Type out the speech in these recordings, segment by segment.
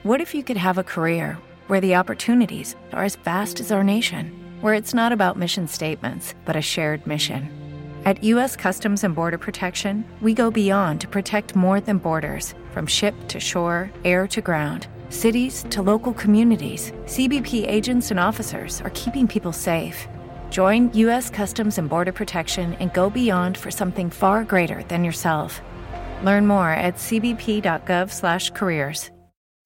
What if you could have a career where the opportunities are as vast as our nation, where it's not about mission statements, but a shared mission? At U.S. Customs and Border Protection, we go beyond to protect more than borders. From ship to shore, air to ground, cities to local communities, CBP agents and officers are keeping people safe. Join U.S. Customs and Border Protection and go beyond for something far greater than yourself. Learn more at cbp.gov/careers.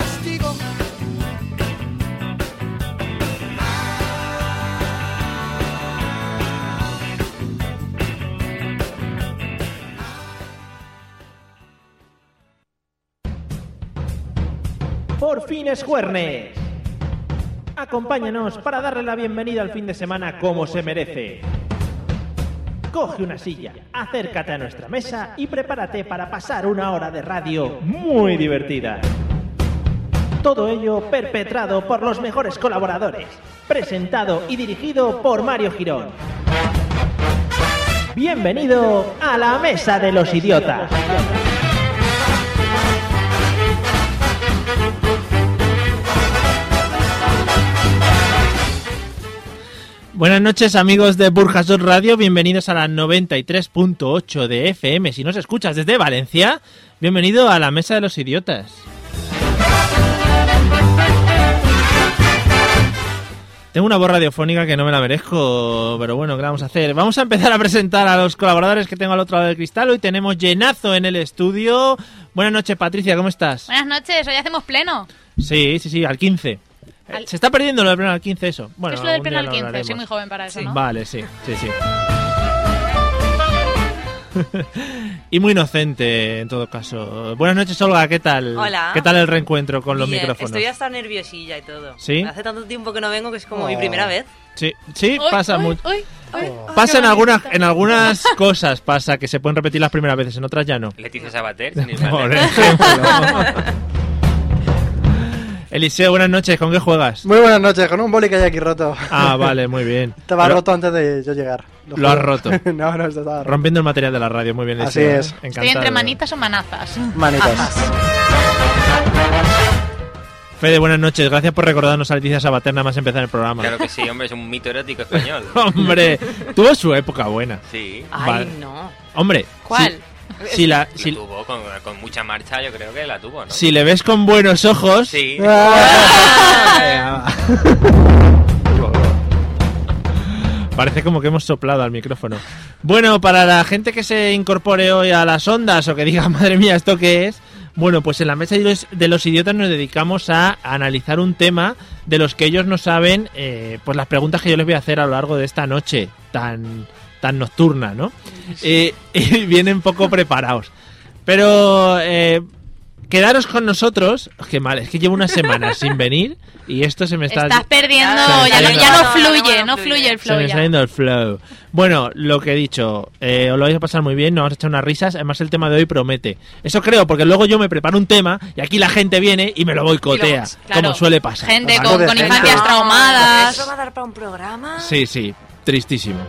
Por fin es jueves. Acompáñanos para darle la bienvenida al fin de semana como se merece. Coge una silla, acércate a nuestra mesa y prepárate para pasar una hora de radio muy divertida. Todo ello perpetrado por los mejores colaboradores, presentado y dirigido por Mario Girón. Bienvenido a la Mesa de los Idiotas. Buenas noches, amigos de Burjasot Radio, bienvenidos a la 93.8 de FM. Si nos escuchas desde Valencia, bienvenido a la Mesa de los Idiotas. Tengo una voz radiofónica que no me la merezco, pero bueno, ¿qué vamos a hacer? Vamos a empezar a presentar a los colaboradores que tengo al otro lado del cristal. Hoy tenemos llenazo en el estudio. Buenas noches, Patricia, ¿cómo estás? Buenas noches, hoy hacemos pleno. Sí, al 15. Se está perdiendo lo del pleno al 15 eso. Bueno, ¿qué es lo del pleno al 15? Soy muy joven para eso, ¿no? Vale, sí. Y muy inocente, en todo caso. Buenas noches, Olga, ¿qué tal? Hola. ¿Qué tal el reencuentro con los Bien, micrófonos? estoy hasta nerviosilla y todo. ¿Sí? Hace tanto tiempo que no vengo que es como mi primera vez. Sí, pasa mucho. Uy, Pasa en algunas cosas, pasa que se pueden repetir las primeras veces, en otras ya no. Leticia Sabater, sin ir más Por lejos. ejemplo. Eliseo, buenas noches, ¿con qué juegas? Muy buenas noches, con un boli que hay aquí roto. Ah, vale, muy bien. Estaba roto antes de yo llegar. Lo has roto. No, estaba roto. Rompiendo el material de la radio, muy bien, Así Eliseo. es. Encantado. Estoy entre manitas o manazas. Manitas. Fede, buenas noches, gracias por recordarnos a Leticia Sabater nada más empezar el programa. Claro que sí, hombre, es un mito erótico español. Hombre, tuvo su época buena. Sí. Ay, Vale. no. Hombre, ¿Cuál? si La tuvo con mucha marcha, yo creo que la tuvo, ¿no? si le ves con buenos ojos... Sí. Parece como que hemos soplado al micrófono. Bueno, para la gente que se incorpore hoy a las ondas o que diga, madre mía, ¿esto qué es? Bueno, pues en la Mesa de los Idiotas nos dedicamos a analizar un tema de los que ellos no saben, pues las preguntas que yo les voy a hacer a lo largo de esta noche tan nocturna, ¿no? Y vienen poco preparados. Pero quedaros con nosotros. Qué mal, es que llevo unas semanas sin venir y esto se me está... Estás perdiendo, ya no fluye el flow. Se me está yendo el flow. Bueno, lo que he dicho, os lo vais a pasar muy bien, nos vamos a echar unas risas. Además, el tema de hoy promete. Eso creo, porque luego yo me preparo un tema y aquí la gente viene y me lo boicotea, claro, como suele pasar. Gente ¿Vale? con infancias traumadas. ¿Eso va a dar para un programa? Sí, tristísimo.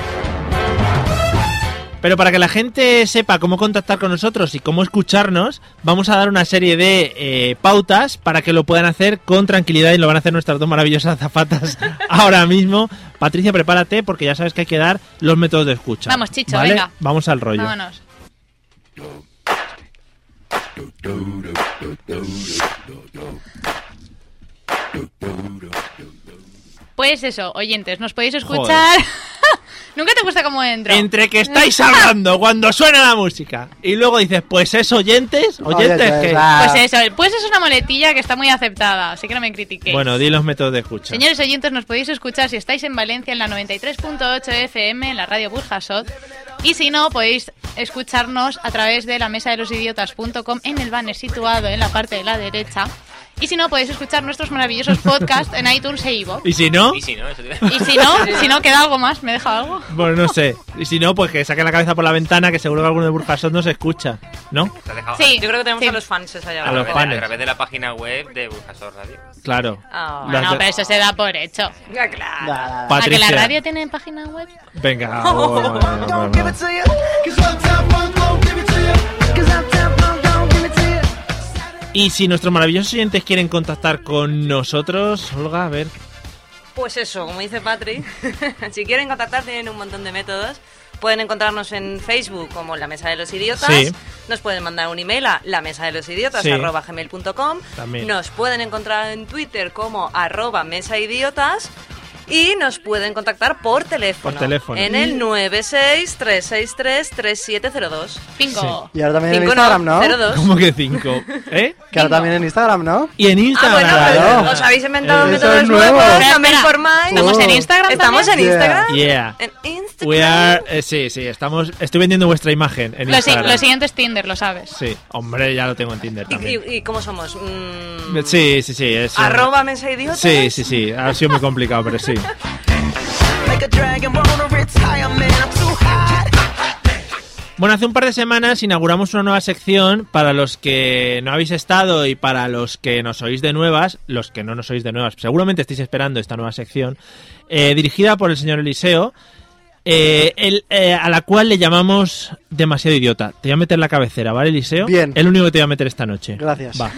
Pero para que la gente sepa cómo contactar con nosotros y cómo escucharnos, vamos a dar una serie de pautas para que lo puedan hacer con tranquilidad y lo van a hacer nuestras dos maravillosas azafatas ahora mismo. Patricia, prepárate porque ya sabes que hay que dar los métodos de escucha. Vamos, Chicho, ¿vale? venga. Vamos al rollo. Vámonos. Pues eso, oyentes, nos podéis escuchar... ¿Nunca te gusta cómo entro? Entre que estáis hablando cuando suena la música y luego dices, pues es oyentes que... Pues eso, pues es una muletilla que está muy aceptada, así que no me critiquéis. Bueno, di los métodos de escucha. Señores oyentes, nos podéis escuchar si estáis en Valencia en la 93.8 FM, en la radio Burjasot. Y si no, podéis escucharnos a través de la mesa de los idiotas.com en el banner situado en la parte de la derecha. Y si no, podéis escuchar nuestros maravillosos podcasts en iTunes e iVoox. ¿Y si no? Y si no, eso te... Y si no, ¿queda algo más? ¿Me deja algo? Bueno, no sé. Y si no, pues que saquen la cabeza por la ventana, que seguro que alguno de Burjasot no se escucha, ¿no? ¿Te has dejado? Sí. Yo creo que tenemos Sí. a los fans allá A abajo. los fans. A través de la página web de Burjasot Radio. Claro. Ah, Las No, de- pero eso se da por hecho. Ya, claro. ¿A que Patricia. la radio tiene página web? Venga. Y si nuestros maravillosos oyentes quieren contactar con nosotros, Olga, a ver. Pues eso, como dice Patri, si quieren contactar tienen un montón de métodos. Pueden encontrarnos en Facebook como La Mesa de los Idiotas. Sí. Nos pueden mandar un email a lamesadelosidiotas@gmail.com. También. Nos pueden encontrar en Twitter como @mesaidiotas. Y nos pueden contactar por teléfono. Por teléfono. En el 963633702. 5. Y ahora también en 5 Instagram, ¿no? 02. ¿Cómo que 5? ¿Eh? Que ahora también en Instagram, ¿no? Y en Instagram. Bueno, Claro. pues os habéis inventado Eso métodos es nuevo. nuevos, Espera, no me espera. informáis. ¿Estamos en Instagram ¿Estamos también? en Instagram? Yeah. En Instagram. We are, sí, estamos. Estoy vendiendo vuestra imagen en Instagram. Lo siguiente es Tinder, lo sabes. Sí, hombre, ya lo tengo en Tinder también. ¿Y cómo somos? Sí. Es, @mesaidiotas. Sí. Ha sido muy complicado, pero sí. Bueno, hace un par de semanas inauguramos una nueva sección para los que no habéis estado y para los que nos oís de nuevas, los que no nos oís de nuevas, seguramente estáis esperando esta nueva sección, dirigida por el señor Eliseo, a la cual le llamamos Demasiado Idiota. Te voy a meter la cabecera, ¿vale, Eliseo? Bien. Es lo único que te voy a meter esta noche. Gracias. Va.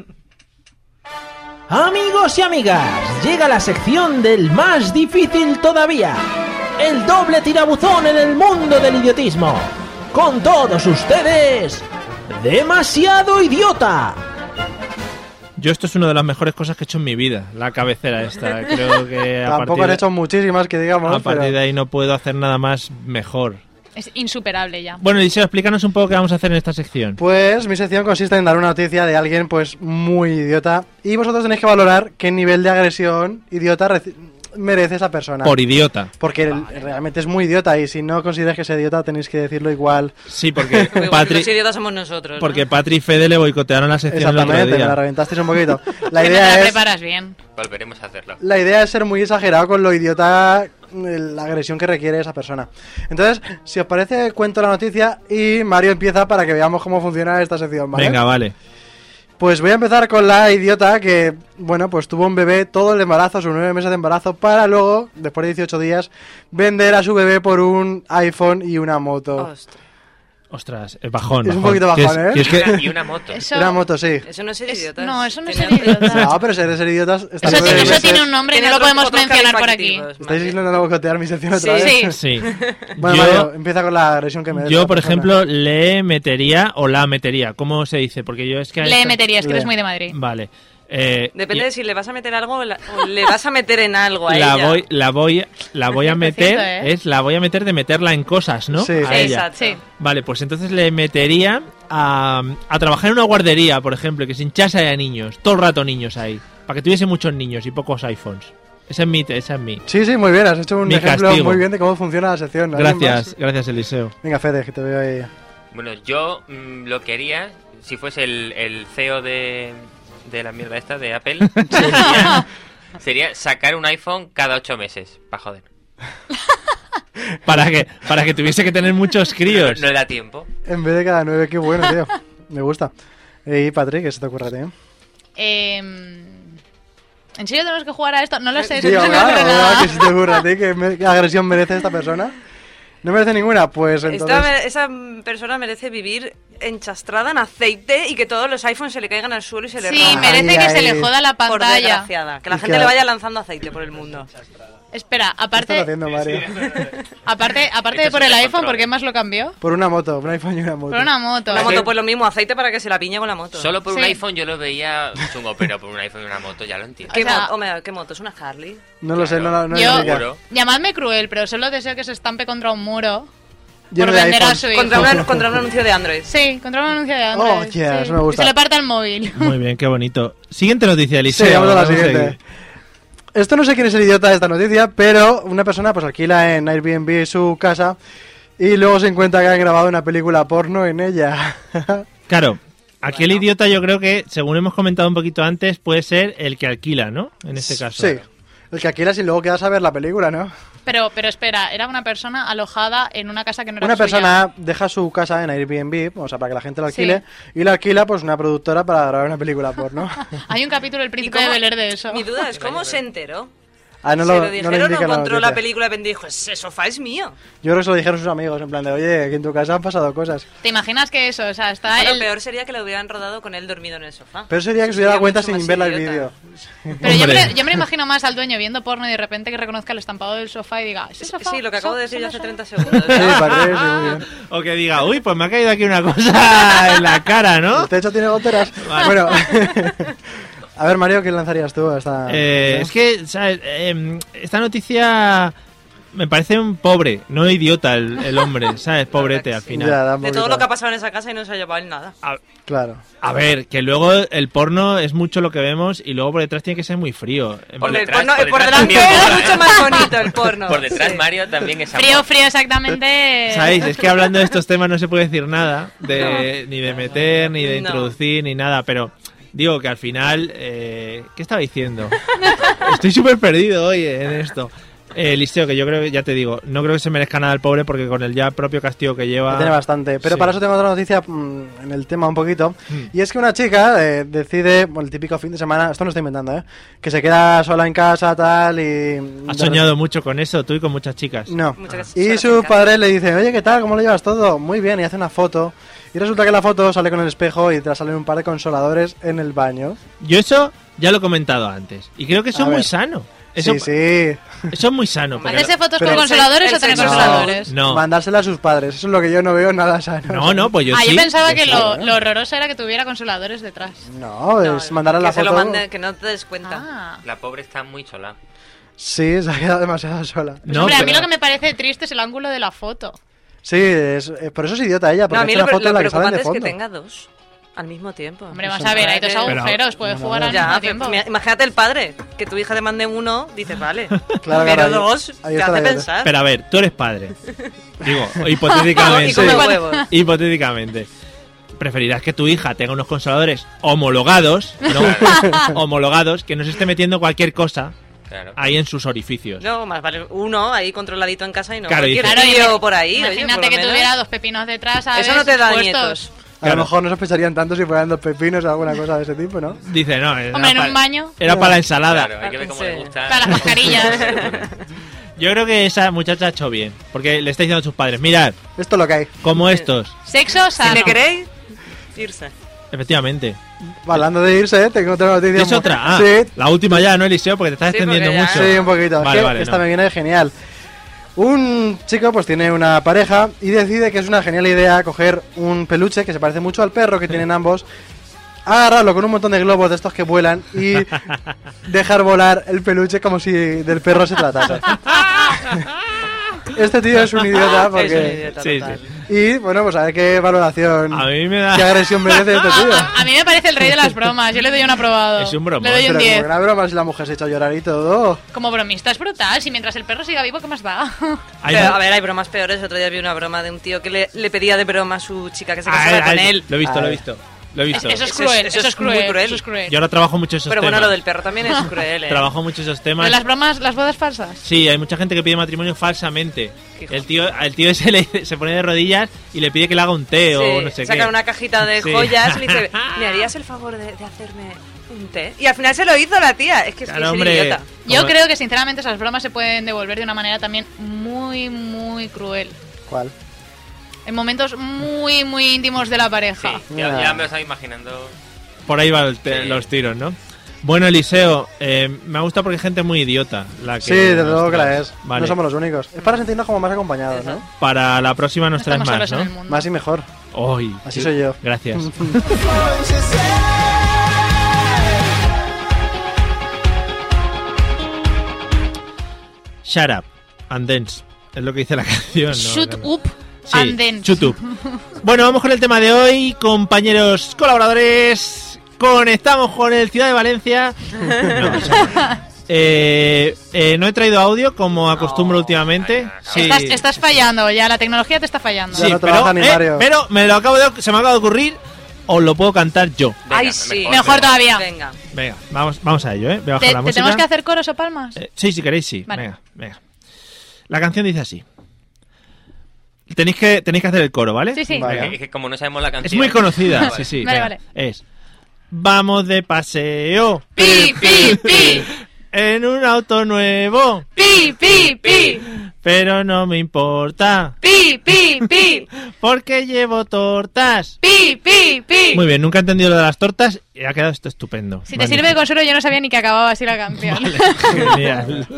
Amigos y amigas, llega la sección del más difícil todavía. El doble tirabuzón en el mundo del idiotismo. Con todos ustedes, Demasiado Idiota. Yo esto es una de las mejores cosas que he hecho en mi vida, la cabecera esta. Creo que Tampoco han hecho muchísimas que digamos, a partir pero... de ahí no puedo hacer nada más mejor. Es insuperable ya. Bueno, Eliseo, explícanos un poco qué vamos a hacer en esta sección. Pues mi sección consiste en dar una noticia de alguien pues muy idiota y vosotros tenéis que valorar qué nivel de agresión idiota merece esa persona. Por idiota. Porque realmente es muy idiota y si no consideráis que es idiota tenéis que decirlo igual. Sí, porque Patri, Los idiotas somos nosotros. porque ¿no? Patri y Fede le boicotearon la sección el otro Exactamente, me la día. reventasteis un poquito. La Que no te idea la es preparas bien. Volveremos a hacerlo. la idea es ser muy exagerado con lo idiota, la agresión que requiere esa persona. Entonces, si os parece, cuento la noticia y Mario empieza para que veamos cómo funciona esta sección, ¿vale? Venga, vale. Pues voy a empezar con la idiota que, bueno, pues tuvo un bebé todo el embarazo, sus 9 meses de embarazo, para luego, después de 18 días, vender a su bebé por un iPhone y una moto. Ostras. Ostras, bajón. Es un poquito bajón, ¿eh? ¿Quieres que- Y una moto. Eso, Una moto, sí. Eso no es ser idiotas. no, eso no es Tiene ser idiotas. No, pero ser idiotas... está Eso, muy bien. eso tiene un nombre y no lo otros- podemos otros mencionar por aquí. calificativos, ¿Estáis Mario. intentando boicotear mi sección otra Sí, vez? Sí. Bueno, Yo- Mario, empieza con la agresión que merece. Yo, la por persona. ejemplo, le metería o la metería. ¿Cómo se dice? Porque yo es que... Le meterías, que Le. eres muy de Madrid. Vale. Depende de si le vas a meter algo o le vas a meter en algo a la ella. voy a meter, Cierto, ¿eh? la voy a meter de meterla en cosas, ¿no? Sí. A Sí, ella. exacto. Sí. Vale, pues entonces le metería a trabajar en una guardería, por ejemplo, que se hinchase a niños, todo el rato niños ahí, para que tuviese muchos niños y pocos iPhones. Esa es mi. Sí, muy bien, has hecho un Mi ejemplo castigo. muy bien de cómo funciona la sección. ¿Alguien Gracias, Eliseo. más? Venga, Fede, que te veo ahí. Bueno, yo lo que haría, si fuese el CEO de la mierda esta de Apple, sería sacar un iPhone cada 8 meses, para joder. Para que tuviese que tener muchos críos. No le da tiempo. En vez de cada 9, qué bueno, tío. Me gusta. Y Patrick, ¿qué se te ocurre a ti? ¿En serio tenemos que jugar a esto? No lo sé. Sí, no se me ocurre nada. ¿qué se te ocurre a ti? ¿Qué agresión merece esta persona? ¿No merece ninguna? Pues entonces... Esa persona merece vivir enchastrada en aceite y que todos los iPhones se le caigan al suelo y se le Sí, rompan. merece que se le Ay. joda la Por pantalla. desgraciada. Que la Y gente que- le vaya lanzando aceite por el mundo. Espera, ¿Qué estás aparte haciendo, Mario? de por el iPhone, ¿por qué más lo cambió? Por una moto, un iPhone y una moto. Por una moto. La moto, pues lo mismo, aceite para que se la piñe con la moto. Solo por un Sí. iPhone yo lo veía chungo, pero por un iPhone y una moto ya lo entiendo. ¿Qué, O sea- hombre, ¿qué moto? ¿Es una Harley? No lo sé, no Yo- lo sé. Seguro. Llamadme cruel, pero solo deseo que se estampe contra un muro Lleno por de vender a iPhones. su hijo. Contra un anuncio de Android. Sí, contra un anuncio de Android. Oh, yeah, sí. eso me gusta. Que se le parta el móvil. Muy bien, qué bonito. Siguiente noticia, Eliseo. Sí, vamos a la Vamos a siguiente. seguir. Esto no sé quién es el idiota de esta noticia, pero una persona pues alquila en Airbnb su casa y luego se encuentra que han grabado una película porno en ella. Claro, aquí el idiota yo creo que, según hemos comentado un poquito antes, puede ser el que alquila, ¿no? En este caso. Sí, el que alquilas y luego quedas a ver la película, ¿no? Pero espera, era una persona alojada en una casa que no era Una suya. persona deja su casa en Airbnb, o sea, para que la gente lo alquile, y la alquila pues una productora para grabar una película porno. Hay un capítulo del ¿Y Príncipe cómo- de Bel-Air de eso. Mi duda es, ¿cómo se enteró? Ah, no Se lo, lo no lo dijeron, indica no en la encontró la noticia. película y dijo, ese sofá es mío. Yo creo que se lo dijeron sus amigos, en plan de, oye, que en tu casa han pasado cosas. ¿Te imaginas que eso? O sea, está Lo el... peor sería que lo hubieran rodado con él dormido en el sofá. Pero sería que se Sería diera cuenta mucho sin más ver el idiota. vídeo. Pero yo Hombre. me lo imagino más al dueño viendo porno y de repente que reconozca el estampado del sofá y diga, ¿ese sofá? Sí, lo que acabo de decir yo hace ¿Somos 30 segundos. Sí, parece, sí, muy bien. O que diga, uy, pues me ha caído aquí una cosa en la cara, ¿no? El techo tiene goteras. Bueno, a ver, Mario, ¿qué lanzarías tú a esta? Es que, ¿sabes? Esta noticia me parece un pobre, no idiota el hombre, ¿sabes? Pobrete al final. Ya, da un De todo poquito. lo que ha pasado en esa casa y no se ha llevado él nada. Claro. A ver, que luego el porno es mucho lo que vemos y luego por detrás tiene que ser muy frío. Por El detrás- porno- por por detrás delante también es mola, mucho ¿eh? más bonito el porno. Por detrás, Sí. Mario, también es amor. Frío, exactamente. ¿Sabéis? Es que hablando de estos temas no se puede decir nada, ni de meter, ni de No. introducir, ni nada, pero digo que al final... ¿qué estaba diciendo? Estoy súper perdido hoy en esto. Liceo, que yo creo que, ya te digo, no creo que se merezca nada el pobre porque con el ya propio castigo que lleva... Tiene bastante. Pero Sí. para eso tengo otra noticia en el tema un poquito. Y es que una chica decide, bueno, el típico fin de semana, esto no estoy inventando, que se queda sola en casa, tal, y... Has soñado mucho con eso, tú y con muchas chicas. No. Muchas Y horas su en casa. padre le dice, oye, ¿qué tal? ¿Cómo lo llevas todo? Muy bien, y hace una foto. Y resulta que la foto sale con el espejo y te salen un par de consoladores en el baño. Yo eso ya lo he comentado antes y creo que eso A es muy ver. sano. Eso, Sí, sí. eso es muy sano. porque ¿Hacerse fotos Pero con el consoladores sexo- o tener el sexo- consoladores? No. Mandársela a sus padres. Eso es lo que yo no veo nada sano. No, pues yo Ah, sí. yo pensaba que claro, lo horroroso era que tuviera consoladores detrás. No, es mandarle la que se foto. lo mande, que no te des cuenta. Ah. La pobre está muy sola. Sí, se ha quedado demasiado sola. Pues No, hombre, a mí pero- lo que me parece triste es el ángulo de la foto. Sí, por eso es idiota ella, porque No, a mí es lo, una foto lo en la que salen preocupante de es que fondo. tenga dos al mismo tiempo. Hombre, Eso vamos a ver, hay dos Pero- agujeros, puede jugar al Ya, mismo pero tiempo. imagínate el padre, que tu hija te mande uno, dices, vale. Claro, pero ahí- dos, ahí te está la hace idea. pensar. Pero a ver, tú eres padre. Digo, Y hipotéticamente. come Sí. huevos. Hipotéticamente. Preferirás que tu hija tenga unos consoladores homologados, ¿no? Homologados, que no se esté metiendo cualquier cosa Claro. ahí en sus orificios. No, más vale uno ahí controladito en casa y no Claro, cualquier dice- Claro, tío por ahí. oye, Imagínate por lo que menos. tuviera dos pepinos detrás, ¿sabes? Eso no te da Puestos. nietos. A Claro. lo mejor no sospecharían tanto si fueran dos pepinos o alguna cosa de ese tipo, ¿no? Dice, no, era, Hombre, en para, un baño. era para la ensalada. Claro, hay que ver cómo Sí. le gusta. Para las mascarillas. Yo creo que esa muchacha ha hecho bien, porque le está diciendo a sus padres, mirad, Esto es lo que hay. como estos. Sexo Si sano. me queréis, irse. Efectivamente. Hablando de irse, tengo otra noticia. ¿Es otra? Ah, Sí, la última ya, ¿no, Eliseo? Porque te estás Sí, extendiendo porque ya- mucho. sí, un poquito. Vale, Es que vale, esta no. me viene genial. Un chico pues tiene una pareja y decide que es una genial idea coger un peluche que se parece mucho al perro que tienen ambos, agarrarlo con un montón de globos de estos que vuelan y dejar volar el peluche como si del perro se tratase. Este tío es un idiota Es un porque... idiota Sí, total. sí. Y bueno, pues a ver qué valoración, A mí me qué da... agresión merece este tío. A mí me parece el rey de las bromas. Yo le doy un aprobado. Es un bromón. Le doy un Pero 10. como una broma si la mujer se ha hecho llorar y todo. Como bromista es brutal. Si mientras el perro siga vivo, ¿qué más da? Hay Pero, mo- a ver, hay bromas peores. Otro día vi una broma de un tío que le pedía de broma a su chica que se Ah, casara con él. Lo he visto, A lo he ver. visto. Lo he visto. Eso es Eso cruel, es eso es muy cruel, cruel. eso es cruel. Yo ahora trabajo mucho esos Pero temas. bueno, lo del perro también es cruel, ¿eh? Trabajo mucho esos temas. ¿De las bromas, las bodas falsas? Sí, hay mucha gente que pide matrimonio falsamente. Hijo. El tío ese se pone de rodillas y le pide que le haga un té o Sí, no sé saca qué. una cajita de Sí. joyas y le dice, ¿me harías el favor de hacerme un té? Y al final se lo hizo la tía. Es que Claro, es hombre. idiota. Yo Como- creo que sinceramente esas bromas se pueden devolver de una manera también muy, muy cruel. ¿Cuál? En momentos muy, muy íntimos de la Sí, pareja. ya me lo estaba imaginando. Por ahí van Sí. los tiros, ¿no? Bueno, Eliseo, me ha gustado porque hay gente muy idiota. La que Sí, desde nos luego que la traes. es. Vale. No somos los únicos. Es para sentirnos como más acompañados, ¿no? Para la próxima nos No traes estamos más, solos en ¿no? el mundo. Más y mejor. Hoy. Así soy yo. Gracias. Shut up and dance. Es lo que dice la canción, ¿no? Shoot up Sí, and dance. shoot up. Bueno, vamos con el tema de hoy, compañeros colaboradores. Conectamos con el Ciudad de Valencia. No, no he traído audio como acostumbro últimamente. Sí. Estás fallando ya, la tecnología te está fallando. Ya no trabaja ni Mario. pero se me acaba de ocurrir. Os lo puedo cantar yo. Venga, Ay, sí. Mejor todavía. Venga. Venga, vamos a ello, ¿eh? Voy a bajar ¿Te la música. tenemos que hacer coros o palmas? Sí, si queréis, sí. Vale. Venga. La canción dice así. Tenéis que hacer el coro, ¿vale? Sí, sí. Vale. Es que como no sabemos la canción. Es muy conocida, Vale. sí. Vale, venga. vale. Es Vamos de paseo. ¡Pi, pi, pi! en un auto nuevo. ¡Pi, pi, pi! Pero no me importa. ¡Pi, pi, pi! Porque llevo tortas. ¡Pi, pi, pi! Muy bien, nunca he entendido lo de las tortas y ha quedado esto estupendo. Si te sirve de consuelo, yo no sabía ni que acababa así la canción. Vale, genial.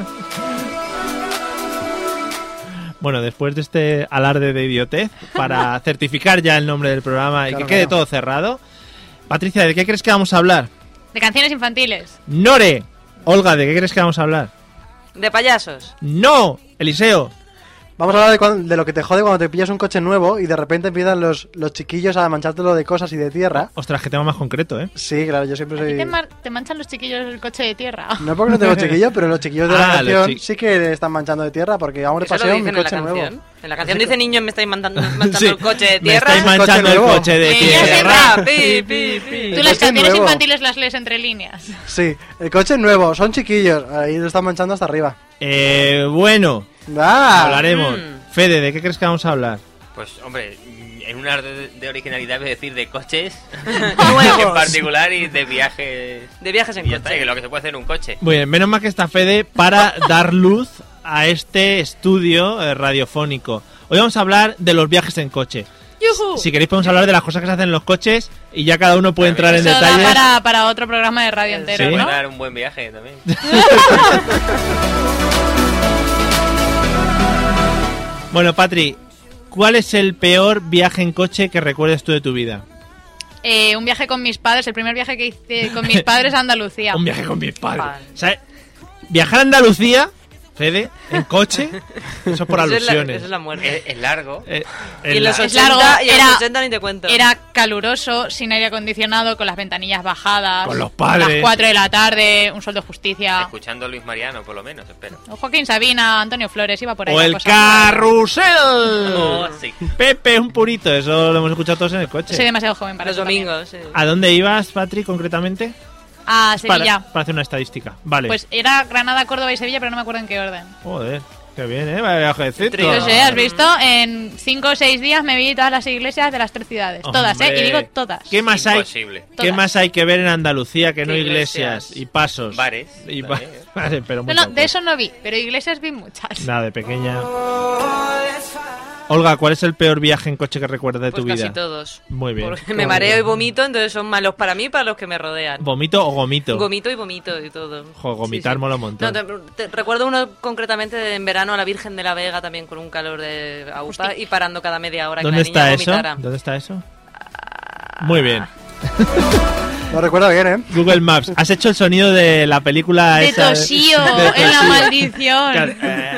Bueno, después de este alarde de idiotez, para certificar ya el nombre del programa y Claro, que quede claro. todo cerrado, Patricia, ¿de qué crees que vamos a hablar? De canciones infantiles. Nore. Olga, ¿de qué crees que vamos a hablar? De payasos. No, Eliseo. Vamos a hablar de lo que te jode cuando te pillas un coche nuevo y de repente empiezan los chiquillos a manchártelo de cosas y de tierra. Ostras, qué tema más concreto, ¿eh? Sí, claro, yo siempre ¿A ti soy... te manchan los chiquillos el coche de tierra? No porque no tengo chiquillos, pero los chiquillos de la Ah, los canción sí que le están manchando de tierra porque vamos de Eso lo paseo dicen mi en la coche canción. nuevo. En la canción dice niños me estáis manchando Sí, el coche de me tierra. estáis manchando Coche el nuevo. coche de Niños tierra. de pi, pi, pi. Tú El las coche canciones nuevo. infantiles las lees entre líneas. Sí, el coche nuevo, son chiquillos, ahí lo están manchando hasta arriba. Bueno, ¡Ah! hablaremos. Fede, ¿de qué crees que vamos a hablar? Pues, hombre, en un arte de originalidad voy a decir de coches Nuevos. en particular y de viajes. De viajes en Y ya está, coche. que lo que se puede hacer en un coche. Muy bien, menos mal que está Fede para dar luz a este estudio radiofónico. Hoy vamos a hablar de los viajes en coche. ¡Yujú! Si queréis podemos hablar de las cosas que se hacen en los coches y ya cada uno puede entrar en Eso da detalles. para otro programa de radio entero, Sí. Puede ¿no? dar un buen viaje también. Bueno, Patri, ¿cuál es el peor viaje en coche que recuerdes tú de tu vida? Un viaje con mis padres, el primer viaje que hice con mis padres a Andalucía. Un viaje con mis padres. Vale. ¿Sabes? Viajar a Andalucía, Fede, en coche, eso por Eso es la- alusiones. eso es la muerte. Es largo. Y en los Es 80, largo, y en los era- 80 ni te cuento. Era caluroso, sin aire acondicionado, con las ventanillas bajadas. Con los padres. A las 4 de la tarde, un sol de justicia. Escuchando a Luis Mariano, por lo menos, espero. Joaquín Sabina, Antonio Flores, iba por ahí. O la el cosa. carrusel. Oh, sí. Pepe, un purito, eso lo hemos escuchado todos en el coche. Soy demasiado joven para Los eso también. domingos. Sí. ¿A dónde ibas, Patri, concretamente? A Sevilla. Para hacer una estadística. Vale. Pues era Granada, Córdoba y Sevilla, pero no me acuerdo en qué orden. Joder, qué bien, ¿eh? Vaya viajecito. Trío. No sé, ¿has visto? En 5 o 6 días me vi todas las iglesias de las 3 ciudades. Todas, ¿eh? Hombre. Y digo todas. ¿Qué más hay? Imposible. ¿Qué Todas. más hay que ver en Andalucía que no ¿Qué iglesias iglesias? y pasos? Bares, Y también. vale, pero No, muchas no, de cosas. eso no vi, pero iglesias vi muchas. Nada, de pequeña. Olga, ¿cuál es el peor viaje en coche que recuerdas de Pues tu casi vida? todos. Muy bien. Porque me mareo y vomito, entonces son malos para mí y para los que me rodean. ¿Vomito o gomito? Vomito y vomito y todo. Jo, vomitar mola un montón. No, recuerdo uno concretamente en verano a la Virgen de la Vega también con un calor de aupa y parando cada media hora que ¿Dónde la niña está eso? vomitara. ¿Dónde está eso? Muy bien. Lo recuerdo bien, ¿eh? Google Maps. ¿Has hecho el sonido de la película De esa? Tosío, de en la Tosío? maldición. Claro.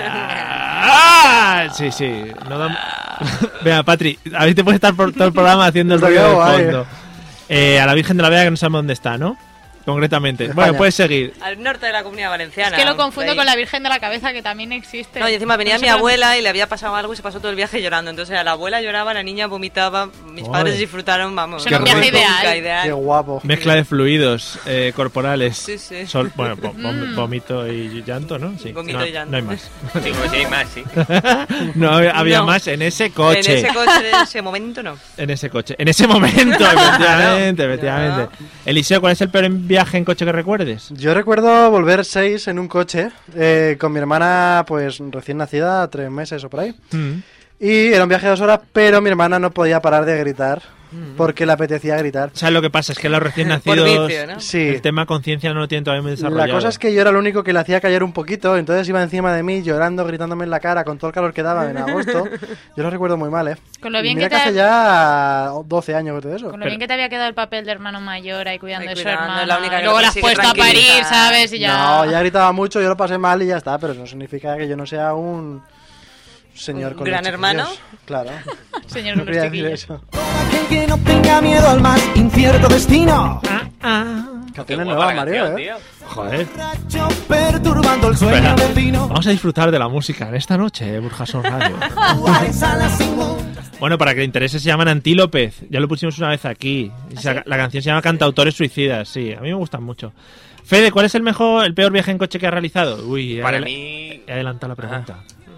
¡Ah! Sí, sí. No da... Venga, Patri, a ver te puedes estar por todo el programa haciendo el Está ruido de guay. fondo. A la Virgen de la Vega que no sabemos dónde está, ¿no? Concretamente. España. Bueno, puedes seguir. Al norte de la Comunidad Valenciana. Es que lo confundo Ahí. con la Virgen de la Cabeza, que también existe. No, y encima venía No sé mi dónde- abuela y le había pasado algo y se pasó todo el viaje llorando. Entonces a la abuela lloraba, la niña vomitaba, mis Ay. padres disfrutaron, vamos. Suena un viaje Nunca ideal. Qué guapo. Mezcla de fluidos corporales. Sí, sí. Bueno, vómito y llanto, ¿no? Sí. Vómito no, y llanto. no hay más. Sí, como si hay más, sí. No había No. más en ese coche. En ese coche, en ese momento no. En ese coche. En ese momento, efectivamente. Eliseo, ¿cuál es el peor viaje en coche que recuerdes? Yo recuerdo volver 6 en un coche con mi hermana, pues recién nacida, 3 meses o por ahí. Mm. Y era un viaje de 2 horas, pero mi hermana no podía parar de gritar porque le apetecía gritar. ¿Sabes lo que pasa? Es que los recién Por nacidos, vicio, ¿no? Sí. el tema conciencia no lo tienen todavía muy desarrollado. La cosa es que yo era el único que le hacía callar un poquito, entonces iba encima de mí llorando, gritándome en la cara con todo el calor que daba en agosto. Yo lo recuerdo muy mal, ¿eh? Con lo Y bien mira que que te- hace ya 12 años que todo eso. Con lo bien que te había quedado el papel de hermano mayor ahí cuidando Ahí de su cuidando, hermana. es la única que Y luego lo la has consigue puesto a parir, tranquilizar. ¿sabes? Y ya... No, ya gritaba mucho, yo lo pasé mal y ya está, pero eso no significa que yo no sea un señor ¿Un con gran los hermano? chiquillos. Claro. Señor No con los quería decir chiquillos. eso. Aquel que no tenga miedo al más incierto destino. Canciones Qué guapa nuevas, la Mario, canción, ¿eh? tío. Joder. Borracho perturbando el sueño Espera. del vino. Vamos a disfrutar de la música en esta noche, Burjasón Radio. Bueno, para que le interese, se llaman Antílopez. Ya lo pusimos una vez aquí. La canción se llama Cantautores Suicidas. Sí, a mí me gustan mucho. Fede, ¿cuál es el peor viaje en coche que has realizado? Uy, Para mí, he adelantado la pregunta.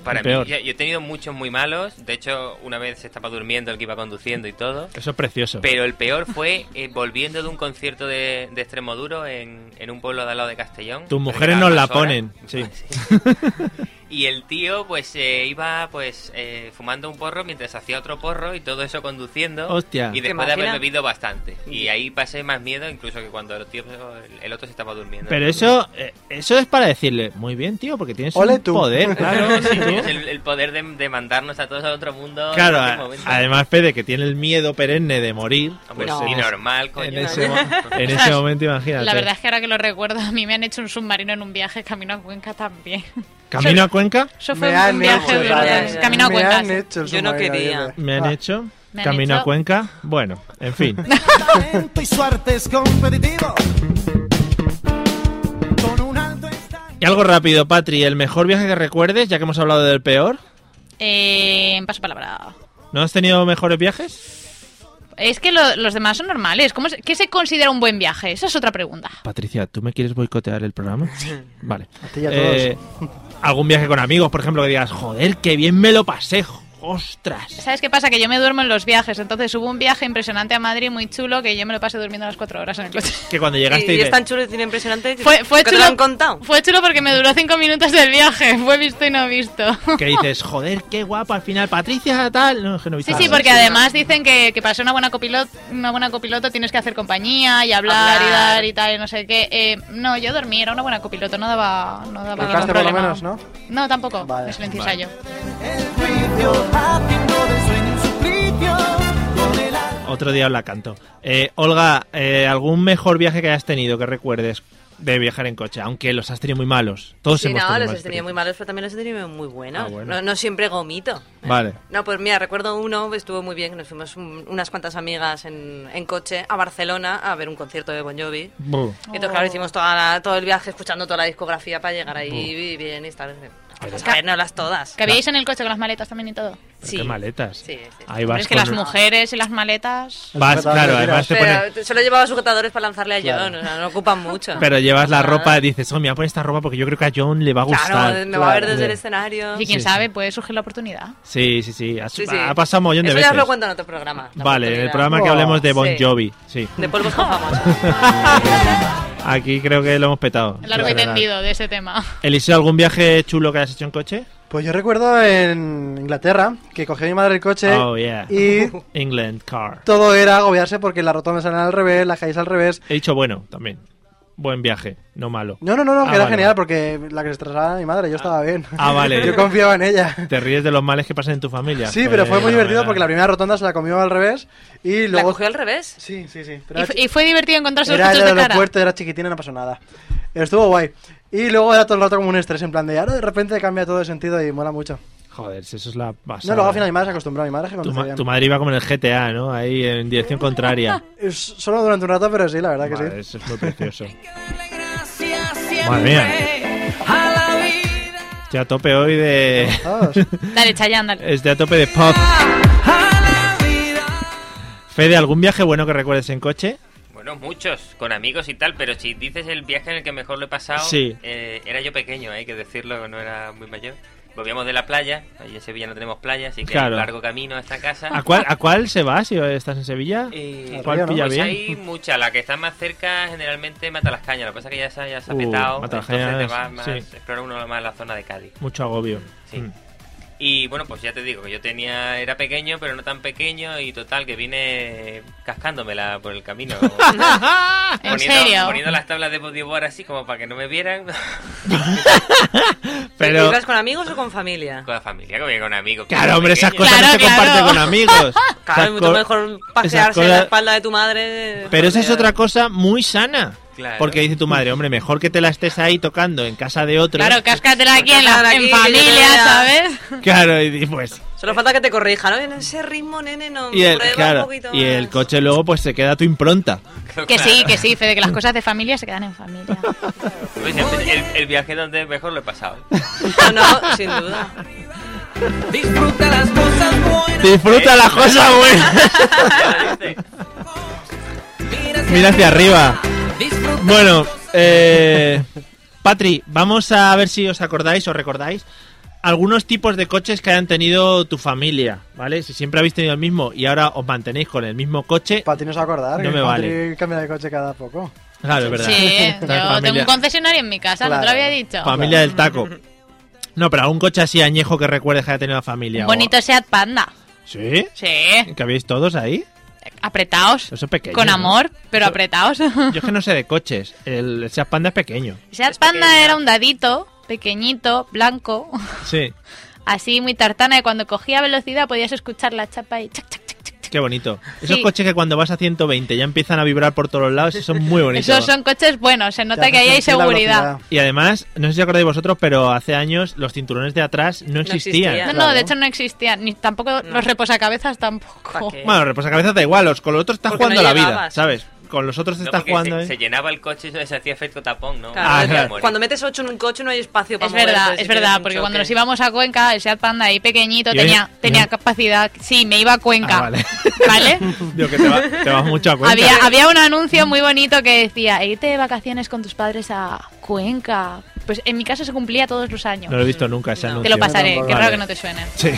Para El peor. mí, yo he tenido muchos muy malos. De hecho, una vez se estaba durmiendo el que iba conduciendo y todo. Eso es precioso. Pero el peor fue volviendo de un concierto de Extremoduro en un pueblo de al lado de Castellón. Tus mujeres nos la ponen, sí. Y el tío pues iba pues fumando un porro mientras hacía otro porro y todo eso conduciendo. Hostia. Y después de haber bebido bastante. Y ahí pasé más miedo incluso que cuando el otro se estaba durmiendo. Pero eso es para decirle, muy bien, tío, porque tienes Ole un tú. poder, claro. Sí, tienes el poder de mandarnos a todos a otro mundo. Claro, en cualquier momento. además Fede, que tiene el miedo perenne de morir. Hombre, pues sí, en normal, coño. en ese momento, imagínate. La verdad es que ahora que lo recuerdo, a mí me han hecho un submarino en un viaje camino a Cuenca también. ¿Camino a Cuenca? Eso fue un viaje duro. Camino a Me Cuenca. han hecho el Yo no submarino quería. ayer. ¿Me han hecho? Me han ¿Camino a hecho- Cuenca? Bueno, en fin. Talento y su arte es competitivo. Con un alto estaño. Y algo rápido, Patri, ¿el mejor viaje que recuerdes, ya que hemos hablado del peor? Paso palabra. ¿No has tenido mejores viajes? Es que los demás son normales. ¿Qué se considera un buen viaje? Esa es otra pregunta. Patricia, ¿tú me quieres boicotear el programa? Vale. A ti y a todos. ¿Algún viaje con amigos, por ejemplo, que digas, joder, qué bien me lo pasé, ostras? ¿Sabes qué pasa? Que yo me duermo en los viajes. Entonces hubo un viaje impresionante a Madrid, muy chulo, que yo me lo pasé durmiendo las 4 horas en el coche. Que cuando llegaste Y y es tan chulo y tan impresionante que Fue que te chulo, lo han contado. Fue chulo porque me duró 5 minutos del viaje. Fue visto y no visto. que dices, joder, qué guapa, al final Patricia tal. No, es que no he visto Sí, sí, nada. porque además dicen que para ser una buena copiloto tienes que hacer compañía y hablar y dar y tal y no sé qué. No, yo dormí, era una buena copiloto, no daba ningún Roncaste por lo problema. menos, ¿no? No, tampoco, Vale. me silencié yo. El juicio, haciendo del sueño un suplicio. Con el alma. Otro día os la canto. Olga, ¿algún mejor viaje que hayas tenido que recuerdes de viajar en coche? Aunque los has tenido muy malos. Todos Sí, hemos no, tenido los malos he tenido muy malos, pero también los he tenido muy buenos. Ah, bueno. No siempre gomito. Vale. No, pues mira, recuerdo uno, estuvo muy bien, que nos fuimos unas cuantas amigas en coche a Barcelona a ver un concierto de Bon Jovi. Buh. Y entonces, claro, hicimos todo el viaje escuchando toda la discografía para llegar ahí bien y estar... A sabernoslas todas. ¿Que habíais en el coche con las maletas también y todo? Pero Sí. ¿Qué maletas? Sí, sí. Ahí Hombre, vas es que con- las mujeres y las maletas... Vas, claro, además te Pero pones... solo llevaba sujetadores para lanzarle a Claro. John, o sea, no ocupan mucho. Pero llevas la Ah. ropa y dices, oh, me voy a poner esta ropa porque yo creo que a John le va a gustar. Claro, me va a ver desde Sí. el escenario. Y quién Sí, sabe, puede surgir la oportunidad. Sí. Ha Sí, sí. ha pasado un montón de Eso veces. ya os lo cuento en otro programa. la Vale, en el oportunidad. programa que Oh, hablemos de Bon sí. Jovi. Sí. De polvos con famosos. Aquí creo que lo hemos petado. Largo Sí, y verdad. tendido de ese tema. Eliseo, ¿algún viaje chulo que hayas hecho en coche? Pues yo recuerdo en Inglaterra que cogí a mi madre el coche Oh, yeah. y England Car. todo era agobiarse porque las rotondas eran al revés, las calles al revés. He dicho bueno, también. Buen viaje, no malo. No, Ah, que era vale, genial vale. porque la que se estresaba era mi madre, yo estaba bien. Ah, vale. Yo confiaba en ella. Te ríes de los males que pasan en tu familia. Sí, pero fue muy divertido Fenomenal. porque la primera rotonda se la comió al revés y ¿La luego... cogió al revés? Sí. Y, Pero y fue divertido encontrarse los era coches el de cara. aeropuerto, era chiquitina y no pasó nada. Estuvo guay. Y luego era todo el rato como un estrés, en plan de ahora de repente cambia todo de sentido y mola mucho. Joder, si eso es la base. No, luego al final mi madre se acostumbró, mi madre que tu, conduce bien. tu madre iba como en el GTA, ¿no? Ahí en dirección contraria. Solo durante un rato, pero sí, la verdad que Vale, sí. eso es muy precioso. Madre mía. Estoy a tope hoy de... Vamos. Dale, Chayanne, dale. Estoy a tope de pop. Fede, ¿algún viaje bueno que recuerdes en coche? Bueno, muchos, con amigos y tal, pero si dices el viaje en el que mejor lo he pasado, Sí. era yo pequeño, hay que decirlo, no era muy mayor. Volvíamos de la playa, allí en Sevilla no tenemos playa, así que Claro. un largo camino a esta casa. ¿A cuál se va si estás en Sevilla? ¿Cuál Río, ¿no? pilla Pues bien? hay mucha, la que está más cerca generalmente mata las cañas, lo que pasa es que ya se ha Uh, petado, Matalascañas, entonces te vas más, sí. explora uno más la zona de Cádiz. Mucho agobio. Sí. Mm. Y bueno, pues ya te digo que yo era pequeño, pero no tan pequeño, y total, que vine cascándomela por el camino. ¿En serio? Poniendo las tablas de bodyboard así como para que no me vieran. Pero... ¿Ibas con amigos o con familia? Con la familia, como que con amigos. Claro, hombre, esas pequeños. cosas no se Claro, comparten claro. con amigos. Claro, Esas es mucho co- mejor pasearse en cosas- la espalda de tu madre. Pero esa es otra cosa muy sana. Claro. Porque dice tu madre, hombre, mejor que te la estés ahí tocando en casa de otro. Claro, cáscatela aquí en Aquí, que familia, yo te vea. ¿sabes? Claro, y pues... Solo falta que te corrija, ¿no? En ese ritmo, nene, no. Y el, prueba claro, un poquito y el más. coche luego pues se queda tu impronta. Que sí, Fede, que las cosas de familia se quedan en familia. Pues el viaje donde mejor lo he pasado. No, sin duda. Disfruta las cosas buenas. Disfruta las cosas buenas. Ya lo dice. Mira hacia arriba. Disfruta. Bueno, Patri, vamos a ver si os acordáis o recordáis algunos tipos de coches que hayan tenido tu familia, ¿vale? Si siempre habéis tenido el mismo y ahora os mantenéis con el mismo coche, Para ti no se va a acordar. No que me Patri vale. cambia de coche cada poco. claro, es verdad. Sí, yo Familia- tengo un concesionario en mi casa, ¿no te lo Claro. había dicho? Familia del taco. No, pero algún coche así añejo que recuerdes que haya tenido la familia. Un bonito Seat Panda. ¿Sí? Sí, ¿Que habéis todos ahí? apretados. Eso es pequeño. Con ¿no? amor, pero Eso- apretados. Yo es que no sé de coches. El Seat Panda es pequeño. Seat Panda era un dadito, pequeñito, blanco, Sí, así muy tartana, y cuando cogía velocidad podías escuchar la chapa y chac, chac, chac, chac, chac. qué bonito. Esos Sí. coches que cuando vas a 120 ya empiezan a vibrar por todos los lados, esos son muy bonitos. Esos son coches buenos, se nota Te que ahí hace hay sentir la seguridad. velocidad. Y además, no sé si acordáis vosotros, pero hace años los cinturones de atrás no existían. existían. No, Claro. no, de hecho no existían, ni tampoco los reposacabezas tampoco. ¿Pa' qué? Bueno, reposacabezas da igual, con los otros estás Porque jugando no la vida, llegabas. ¿sabes? Con los otros te No, estás porque jugando. se llenaba el coche y eso se hacía efecto tapón, ¿no? Claro, Ah, es que claro. cuando metes 8 en un coche no hay espacio para Es moverte, verdad, si es tienes verdad, un porque choque. cuando nos íbamos a Cuenca, el Seat Panda ahí pequeñito Y tenía oye, capacidad. Sí, me iba a Cuenca. Ah, vale. ¿Vale? Digo que te vas mucho a Cuenca. Había un anuncio muy bonito que decía, irte de vacaciones con tus padres a Cuenca. Pues en mi caso se cumplía todos los años. No lo he visto nunca ese No. anuncio. Te lo pasaré, tampoco. qué raro Vale. que no te suene. Sí.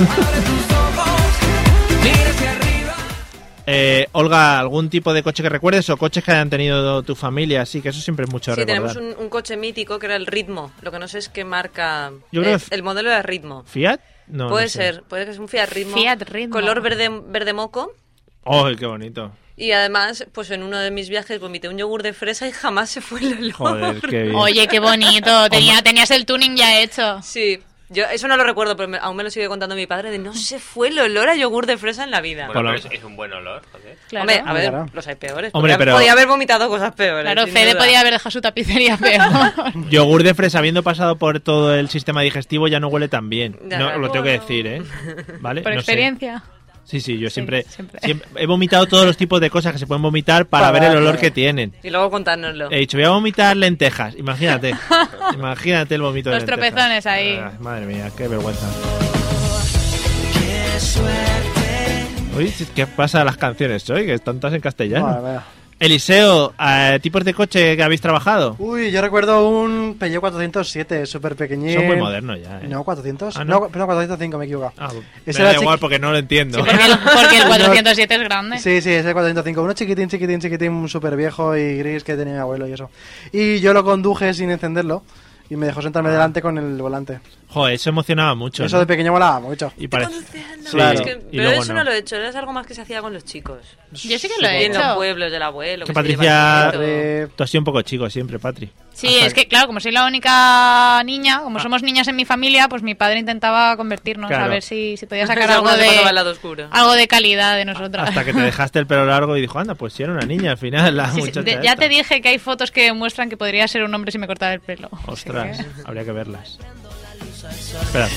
Olga, ¿algún tipo de coche que recuerdes o coches que hayan tenido tu familia? Sí, que eso siempre es mucho Sí, recordar. tenemos un coche mítico que era el Ritmo. Lo que no sé es qué marca. Yo creo que- el modelo era Ritmo. ¿Fiat? No, puede no sé. ser, puede que sea un Fiat Ritmo. Fiat Ritmo. Color verde moco. ¡Ay, qué bonito! Y además, pues en uno de mis viajes vomité un yogur de fresa y jamás se fue el olor. Joder, qué bien. Oye, qué bonito. Tenías el tuning ya hecho. Sí, yo eso no lo recuerdo, pero aún me lo sigue contando mi padre de no se fue el olor a yogur de fresa en la vida. Bueno, Hola. pero es un buen olor, joder. Claro. Hombre, a ver, Claro. los hay peores. Hombre, pero- Podía haber vomitado cosas peores. Claro, sin Fede duda. podía haber dejado su tapicería peor. Yogur de fresa, habiendo pasado por todo el sistema digestivo, ya no huele tan bien. Ya, No, lo tengo que bueno. decir, ¿eh? ¿Vale? Por No sé. experiencia. Sí, sí, yo siempre, siempre. he vomitado todos los tipos de cosas que se pueden vomitar para ver el olor que tienen. Y luego contárnoslo. He dicho, voy a vomitar lentejas. Imagínate. Imagínate el vómito de Los lentejas. tropezones ahí. Ay, madre mía, qué vergüenza. Uy, ¿qué pasa a las canciones hoy? Que están todas en castellano. Madre mía. Eliseo, ¿tipos de coche que habéis trabajado? Uy, yo recuerdo un Peugeot 407, súper pequeñín. Son muy modernos ya, ¿eh? No, 400. Ah, ¿no? no, perdón, 405, me he equivocado. Ah, Ese me da era igual chiqui- porque no lo entiendo. Porque el 407 es grande. Sí, sí, ese 405. Uno chiquitín, súper viejo y gris que tenía mi abuelo y eso. Y yo lo conduje sin encenderlo y me dejó sentarme delante con el volante. Joder, eso emocionaba mucho. Eso ¿no? de pequeño volaba mucho. Y parece... Conduciendo. Sí, Claro. Es que- y pero luego eso no lo he hecho, es algo más que se hacía con los chicos. Yo sí que lo he Y en los hecho. pueblos del abuelo. Que se lleva Patricia, el nieto. tú has sido un poco chico siempre, Patri. Sí, Hasta es que claro, como soy la única niña, Ah. como somos niñas en mi familia, pues mi padre intentaba convertirnos Claro. a ver si podía sacar Si algo alguno se pasaba al de lado oscuro. algo de calidad de nosotras. Hasta que te dejaste el pelo largo y dijo, anda, pues si era una niña al final, la Sí, sí, muchacha ya esta. te dije que hay fotos que muestran que podría ser un hombre si me cortara el pelo. Ostras, Así que- habría que verlas. Espera,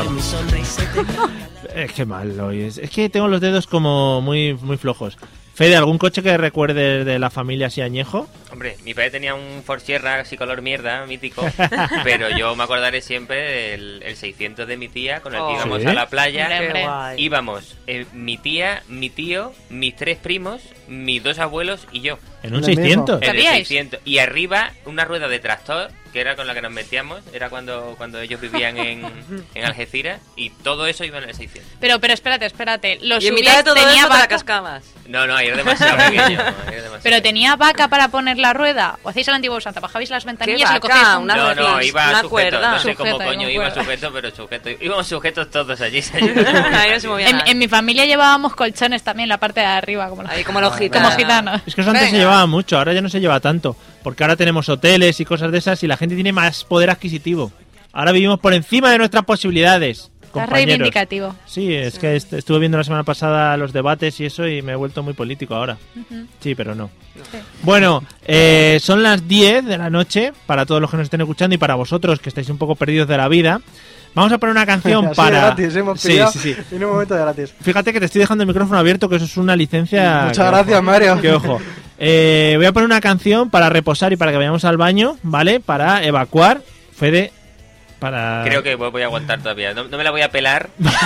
ahora. Es que mal hoy. Es que tengo los dedos como muy, muy flojos. Fede, ¿algún coche que recuerdes de la familia así añejo? Hombre, mi padre tenía un Ford Sierra así color mierda, mítico, pero yo me acordaré siempre el 600 de mi tía con el que Oh. íbamos ¿Sí? a la playa. Hombre, hombre. Qué guay. Íbamos mi tía, mi tío, mis 3 primos, mis 2 abuelos y yo. En un En el 600. En el ¿Sabíais? 600. Y arriba una rueda de tractor, que era con la que nos metíamos, era cuando ellos vivían en Algeciras, y todo eso iba en el 600. Pero espérate. Los Y en mitad de todo tenía eso te la vaca, cascabas. No, era demasiado pequeño. Era demasiado. pero tenía vaca para poner la rueda. ¿O hacéis a la antigua usanza? Bajabais las ventanillas y lo vaca? cogíais. Una No, Una iba sujeto, cuerda. no sé cómo Sujeta, coño con iba cuerda. sujeto, pero sujeto. Íbamos sujetos todos allí. Ahí no se movía nada. En mi familia llevábamos colchones también, la parte de arriba, como, Ahí como los gitanos. como gitanos. Es que eso antes se Venga. llevaba mucho, ahora ya no se lleva tanto. Porque ahora tenemos hoteles y cosas de esas y la gente tiene más poder adquisitivo. Ahora vivimos por encima de nuestras posibilidades. Está Compañeros. reivindicativo. Sí, es que estuve viendo la semana pasada los debates y eso y me he vuelto muy político ahora. Sí, pero no. Sí. Bueno, son las 10 de la noche para todos los que nos estén escuchando y para vosotros que estáis un poco perdidos de la vida. Vamos a poner una canción Así para... de gratis, hemos Sí, pillado sí. en un momento de gratis. Fíjate que te estoy dejando el micrófono abierto, que eso es una licencia... Muchas que gracias, ojo, Mario. Que ojo. Voy a poner una canción para reposar y para que vayamos al baño, ¿vale? Para evacuar. Fede, Creo que voy a aguantar todavía. No me la voy a pelar.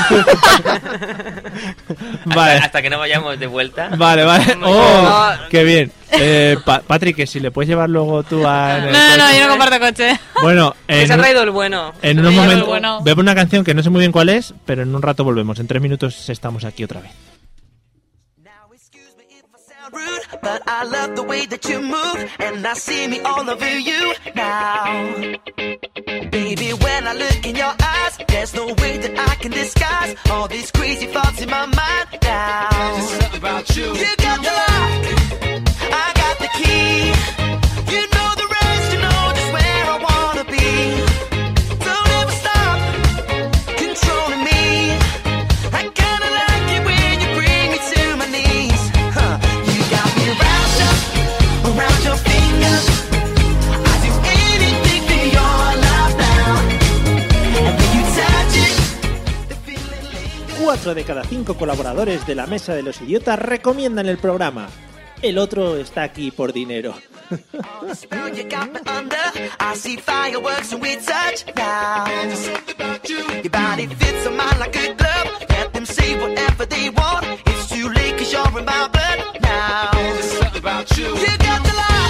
Vale. hasta que no vayamos de vuelta. Vale. ¡Oh! ¡Qué bien! Patrick, que si le puedes llevar luego tú a... No, yo no comparto coche. Bueno, se ha traído el bueno. En unos momentos voy a poner una canción que no sé muy bien cuál es, pero en un rato volvemos. En 3 minutos estamos aquí otra vez. Rude, but I love the way that you move, and I see me all over you now. Baby, when I look in your eyes, there's no way that I can disguise all these crazy thoughts in my mind now. There's something about you. You got the lock, I got the key. You know the rest, you know just where I wanna be. Don't ever stop controlling me. I kinda like it when you bring me to my knees. Around your fingers, I do anything for your love now. And when you touch it, the feeling lingers. 4 de cada 5 colaboradores de la Mesa de los Idiotas recomiendan el programa. El otro está aquí por dinero. Spell you got me under. I see fireworks when we touch now. Your body fits on mine like a glove. Let them say whatever they want. It's too late 'cause you're in my blood now. There's something about you. You got the lock,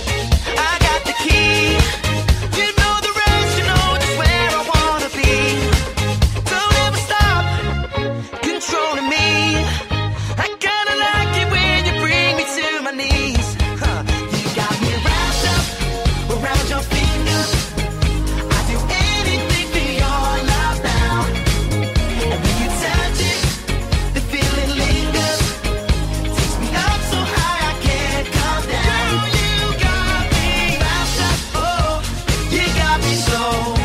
I got the key. You know the rest, you know just where I wanna be. Don't ever stop controlling me. I kinda like it when you bring me to my knees. You got me wrapped up around your fingers. I do anything for your love now. And when you touch it, the feeling lingers. Takes me up so high I can't come down. You got me wrapped up, oh. You got me so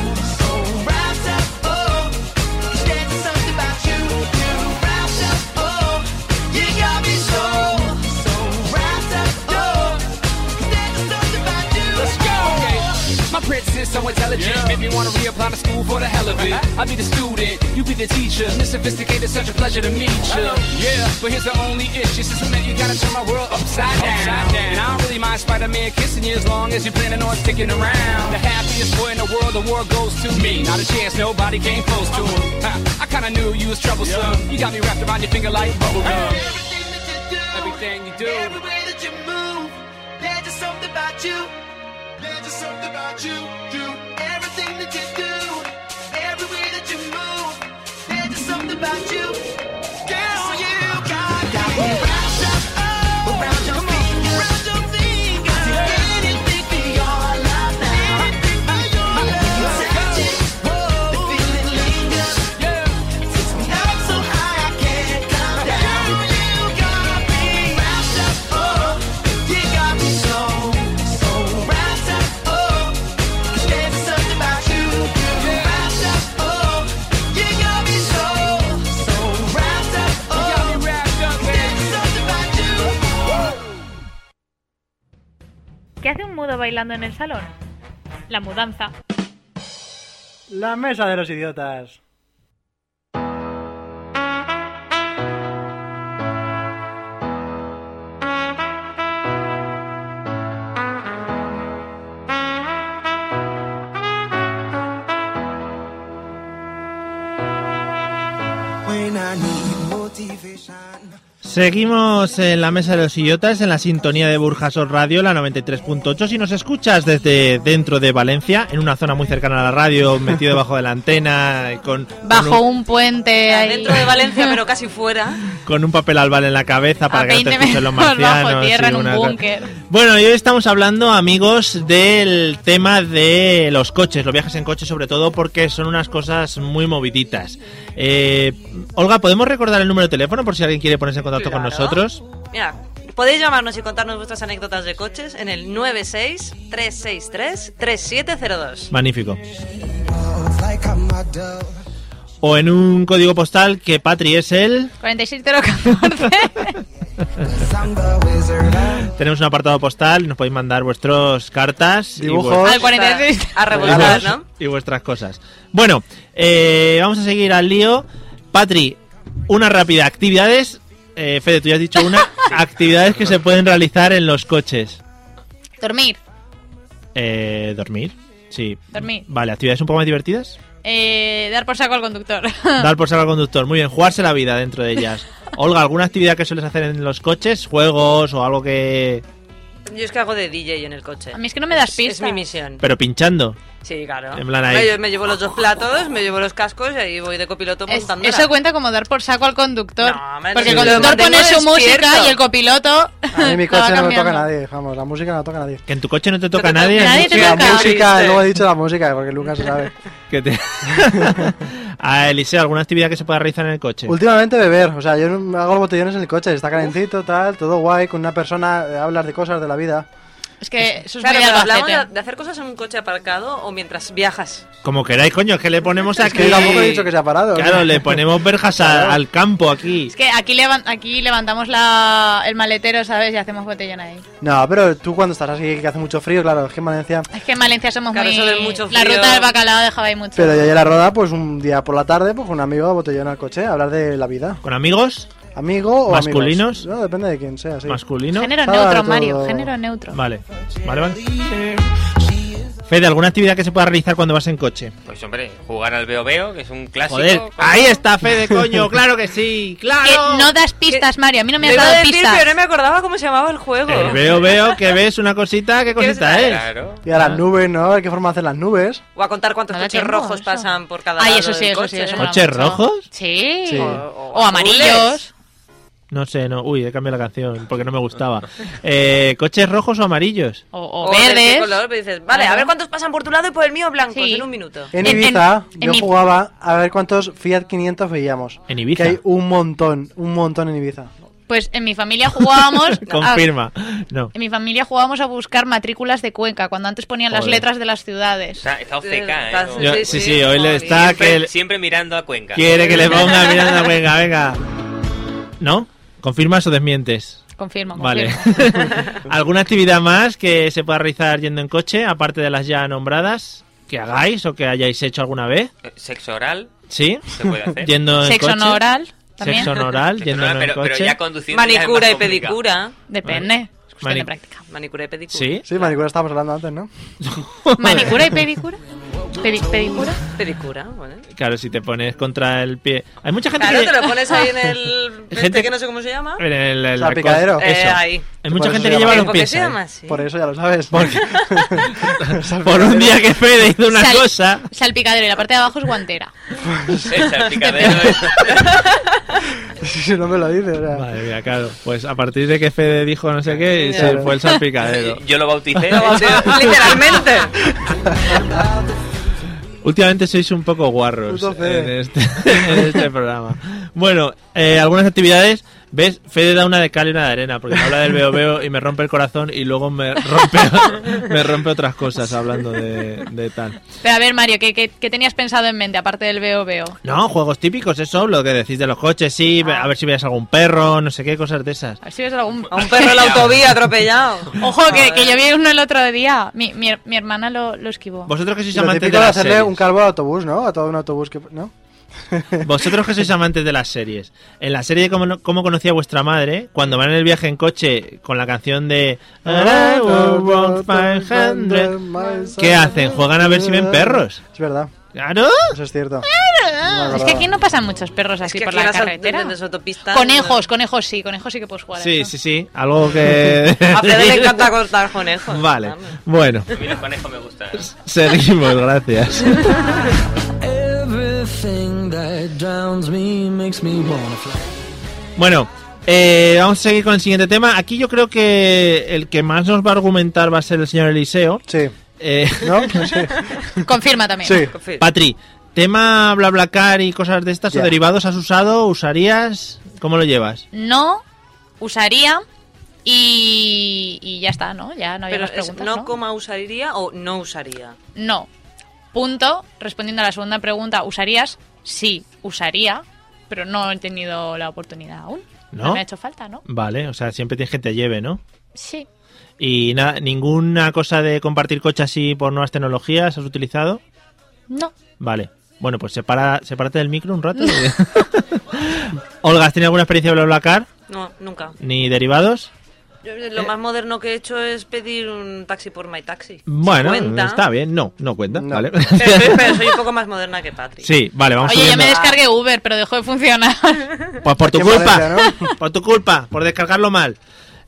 wrapped up, oh. 'Cause there's something about you, wrapped up, oh. You got me so wrapped up, oh. 'Cause there's something about you. Let's go. My princess so intelligent, make me want to reapply to school for the hell of it. I'll be the student, you be the teacher. This sophisticated, such a pleasure to meet you. Yeah, but here's the only issue. Since we met, you gotta turn my world upside down. And I don't really mind Spider-Man kissing you as long as you're planning on sticking around. The happiest boy in the world goes to me. Not a chance, nobody came close to him. I kinda knew you was troublesome. You got me wrapped around your finger like bubblegum. Everything you do, every way that you move, there's just something about you. There's just something about you. Everything that you do, every way that you move, there's just something about you. Girl, you got me wrapped up around your fingers. Around your fingers. I do anything for your love now. When you touch it, the feeling lingers. Takes me up so high I can't come down. You got me wrapped up, oh. You got me so wrapped up, oh. 'Cause there's something about you, wrapped up, oh. You got me so wrapped up, oh. There's something about you. ¿Qué hace un mudo bailando en el salón? La mudanza. La Mesa de los Idiotas. When I need motivation. Seguimos en la Mesa de los Idiotas, en la sintonía de Burjasot Radio, la 93.8. Si nos escuchas desde dentro de Valencia, en una zona muy cercana a la radio, metido debajo de la antena, bajo un puente ahí. Dentro de Valencia, pero casi fuera. Con un papel albal en la cabeza para que no te escuchen los marcianos. Bajo tierra, en un una búnker. Bueno, y hoy estamos hablando, amigos, del tema de los coches, los viajes en coche sobre todo, porque son unas cosas muy moviditas. Olga, ¿podemos recordar el número de teléfono por si alguien quiere ponerse en contacto con nosotros? Mira, podéis llamarnos y contarnos vuestras anécdotas de coches en el 96-363-3702. Magnífico. O en un código postal que Patri es el... 46014. Tenemos un apartado postal, nos podéis mandar vuestras cartas, dibujos, al 46. A revolucionar, ¿no? Y vuestras cosas. Bueno, vamos a seguir al lío. Patri, una rápida. Actividades, Fede, tú ya has dicho una. Actividades que se pueden realizar en los coches. Dormir. ¿Dormir? Sí. Dormir. Vale, ¿actividades un poco más divertidas? Dar por saco al conductor. Dar por saco al conductor. Muy bien, jugarse la vida dentro de ellas. Olga, ¿alguna actividad que sueles hacer en los coches? ¿Juegos o algo que...? Yo es que hago de DJ en el coche. A mí es que no me das Es pistas. mi misión. Pero pinchando. Sí, claro. En plan ahí. Me llevo los 2 platos, me llevo los cascos y ahí voy de copiloto montando. Eso cuenta como dar por saco al conductor. No, hombre, porque sí, el conductor lo mantengo pone su despierto. música y el copiloto. A mí mi la va coche no me toca a cambiando. nadie, vamos, la música no toca a nadie. Que en tu coche no te toca te nadie. toca- Nadie te La toca. música, ¿Viste? luego he dicho la música, porque Lucas se sabe. Que te... Eliseo, ¿alguna actividad que se pueda realizar en el coche? Últimamente beber, o sea, yo hago los botellones en el coche, está calentito, tal, todo guay, con una persona hablas de cosas de la vida. Es que eso es Claro, muy pero hablamos albacete. de hacer cosas en un coche aparcado o mientras viajas. Como queráis, coño, es que le ponemos Es aquí... que tampoco he dicho que se ha parado. Claro, ¿no? le ponemos verjas al campo aquí. Es que aquí levantamos el maletero, ¿sabes? Y hacemos botellón ahí. No, pero tú cuando estás así, que hace mucho frío, claro, es que en Valencia... Es que en Valencia somos Claro, muy... eso de mucho La frío. ruta del bacalao dejaba ahí mucho. Pero yo en la roda, pues un día por la tarde, pues con un amigo botellón al coche, a hablar de la vida. ¿Con amigos? ¿Amigo o ¿Masculinos? amigos? No, depende de quién sea, sí. ¿Masculinos? Género Sabe neutro, todo. Mario. Género neutro. Vale. Fede, ¿alguna actividad que se pueda realizar cuando vas en coche? Pues hombre, jugar al Veo Veo, que es un clásico. Joder, coño. ahí está Fede, coño, claro que sí, claro. Que no das pistas, Mario. A mí no me Te has iba a dado decir, pistas. pero no me acordaba cómo se llamaba el juego. Veo que ves una cosita, ¿qué cosita es? Claro. Y a las nubes, ¿no? ¿Qué forma hacen las nubes? O a contar cuántos No da coches tiempo, rojos eso. pasan por cada Ay, lado eso sí, del eso coche. sí. Eso mola ¿Coches mucho. rojos? Sí. Sí. O amarillos. No sé, no. Uy, he cambiado la canción porque no me gustaba. ¿Coches rojos o amarillos? O ¿de qué verdes. color? Pues dices, vale, a Claro. ver cuántos pasan por tu lado y por el mío blancos Sí. en un minuto. En En- Ibiza, en yo mi- jugaba a ver cuántos Fiat 500 veíamos. En Ibiza. Que hay un montón en Ibiza. Pues en mi familia jugábamos... Confirma. No. En mi familia jugábamos a buscar matrículas de Cuenca, cuando antes ponían las Joder. letras de las ciudades. Está OCK, Estás- ¿eh? Yo- Sí, sí, sí, sí, hoy le joder. está que Siempre mirando a Cuenca. quiere que le ponga mirando. Venga. ¿No? ¿Confirmas o desmientes? Confirmo. Vale. ¿Alguna actividad más que se pueda realizar yendo en coche, aparte de las ya nombradas, que hagáis o que hayáis hecho alguna vez? Sexo oral, ¿Sí? se puede hacer. Yendo en Sexo coche. no oral, también. Sexo no oral, Sexo yendo oral, en pero coche. ya conduciendo ya es Manicura más y complicado. Depende. pedicura. Es cuestión Mani- de práctica. Manicura y pedicura. ¿Sí? Sí, manicura estábamos hablando antes, ¿no? ¿Manicura y pedicura? ¿Pedicura? Pedicura, ¿vale? Claro, si te pones contra el pie. Hay mucha gente Claro, que... te lo pones ahí en el... Gente- que no sé cómo se llama. En el Salpicadero. Eso. Ahí. Hay mucha Por gente eso que se lleva llama- los ¿Por qué pies se ahí. llama así? Por eso ya lo sabes. Por un día que Fede hizo una Sal- cosa... Salpicadero y la parte de abajo es guantera. El salpicadero es- Si no me lo dices, o sea. Madre mía, claro. Pues a partir de que Fede dijo no sé qué, se Claro. fue el salpicadero. Yo lo bauticé. Literalmente. Últimamente sois un poco guarros Puto Fede. en este programa. Bueno, algunas actividades. ¿Ves? Fede da una de cal y una de arena, porque me habla del veo y me rompe el corazón y luego me rompe otras cosas hablando de tal. Pero a ver, Mario, ¿qué tenías pensado en mente, aparte del veo? No, juegos típicos, eso, lo que decís de los coches, sí, a ver si veas algún perro, no sé qué, cosas de esas. A ver si ves algún... A un perro en la autovía atropellado. Ojo, que yo vi uno el otro día. Mi hermana lo esquivó. Vosotros que sois Y lo amantes típico de de las hacerle series. un calvo al autobús, ¿no? A todo un autobús que... ¿no? Vosotros que sois amantes de las series. En la serie de Cómo conocía vuestra madre, cuando van en el viaje en coche con la canción de I will walk 500, ¿qué hacen? Juegan a ver si ven perros. Es verdad, ¿Claro? eso es cierto. Es que aquí no pasan muchos perros así Es que por aquí la en las carretera. en las autopistas... Conejos sí que puedes jugar a Sí, eso. sí. Algo que... A Fede le encanta cortar conejos. Vale, Vamos. bueno, A mí los conejos me gustan. seguimos, gracias. Everything that drowns me makes me wanna fly. Bueno, vamos a seguir con el siguiente tema. Aquí yo creo que el que más nos va a argumentar va a ser el señor Eliseo. Sí. Eh, ¿No? No sé. Confirma también. Sí. Confío. Patri, tema BlaBlaCar y cosas de estas Ya. o derivados, ¿has usado? ¿Usarías? ¿Cómo lo llevas? No usaría y ya está, ¿no? Ya no había Pero más es preguntas, no ¿no? coma usaría o no usaría. No. Punto. Respondiendo a la segunda pregunta, ¿usarías? Sí, usaría, pero no he tenido la oportunidad aún. ¿No? me ha hecho falta, ¿no? Vale, o sea, siempre tienes que te lleve, ¿no? Sí. Y nada, ninguna cosa de compartir coche así por nuevas tecnologías has utilizado. No. Vale. Bueno, pues sepárate del micro un rato. Olga, ¿has tenido alguna experiencia de BlaBlaCar? No, nunca. ¿Ni derivados? Lo más moderno que he hecho es pedir un taxi por MyTaxi. Bueno, ¿Cuenta? está bien. No cuenta, No. ¿vale? Pero soy un poco más moderna que Patrick. Sí, vale, vamos Oye, yo subiendo. me descargué Uber, pero dejó de funcionar. Pues por tu Qué culpa, molestia, ¿no? por tu culpa, por descargarlo mal.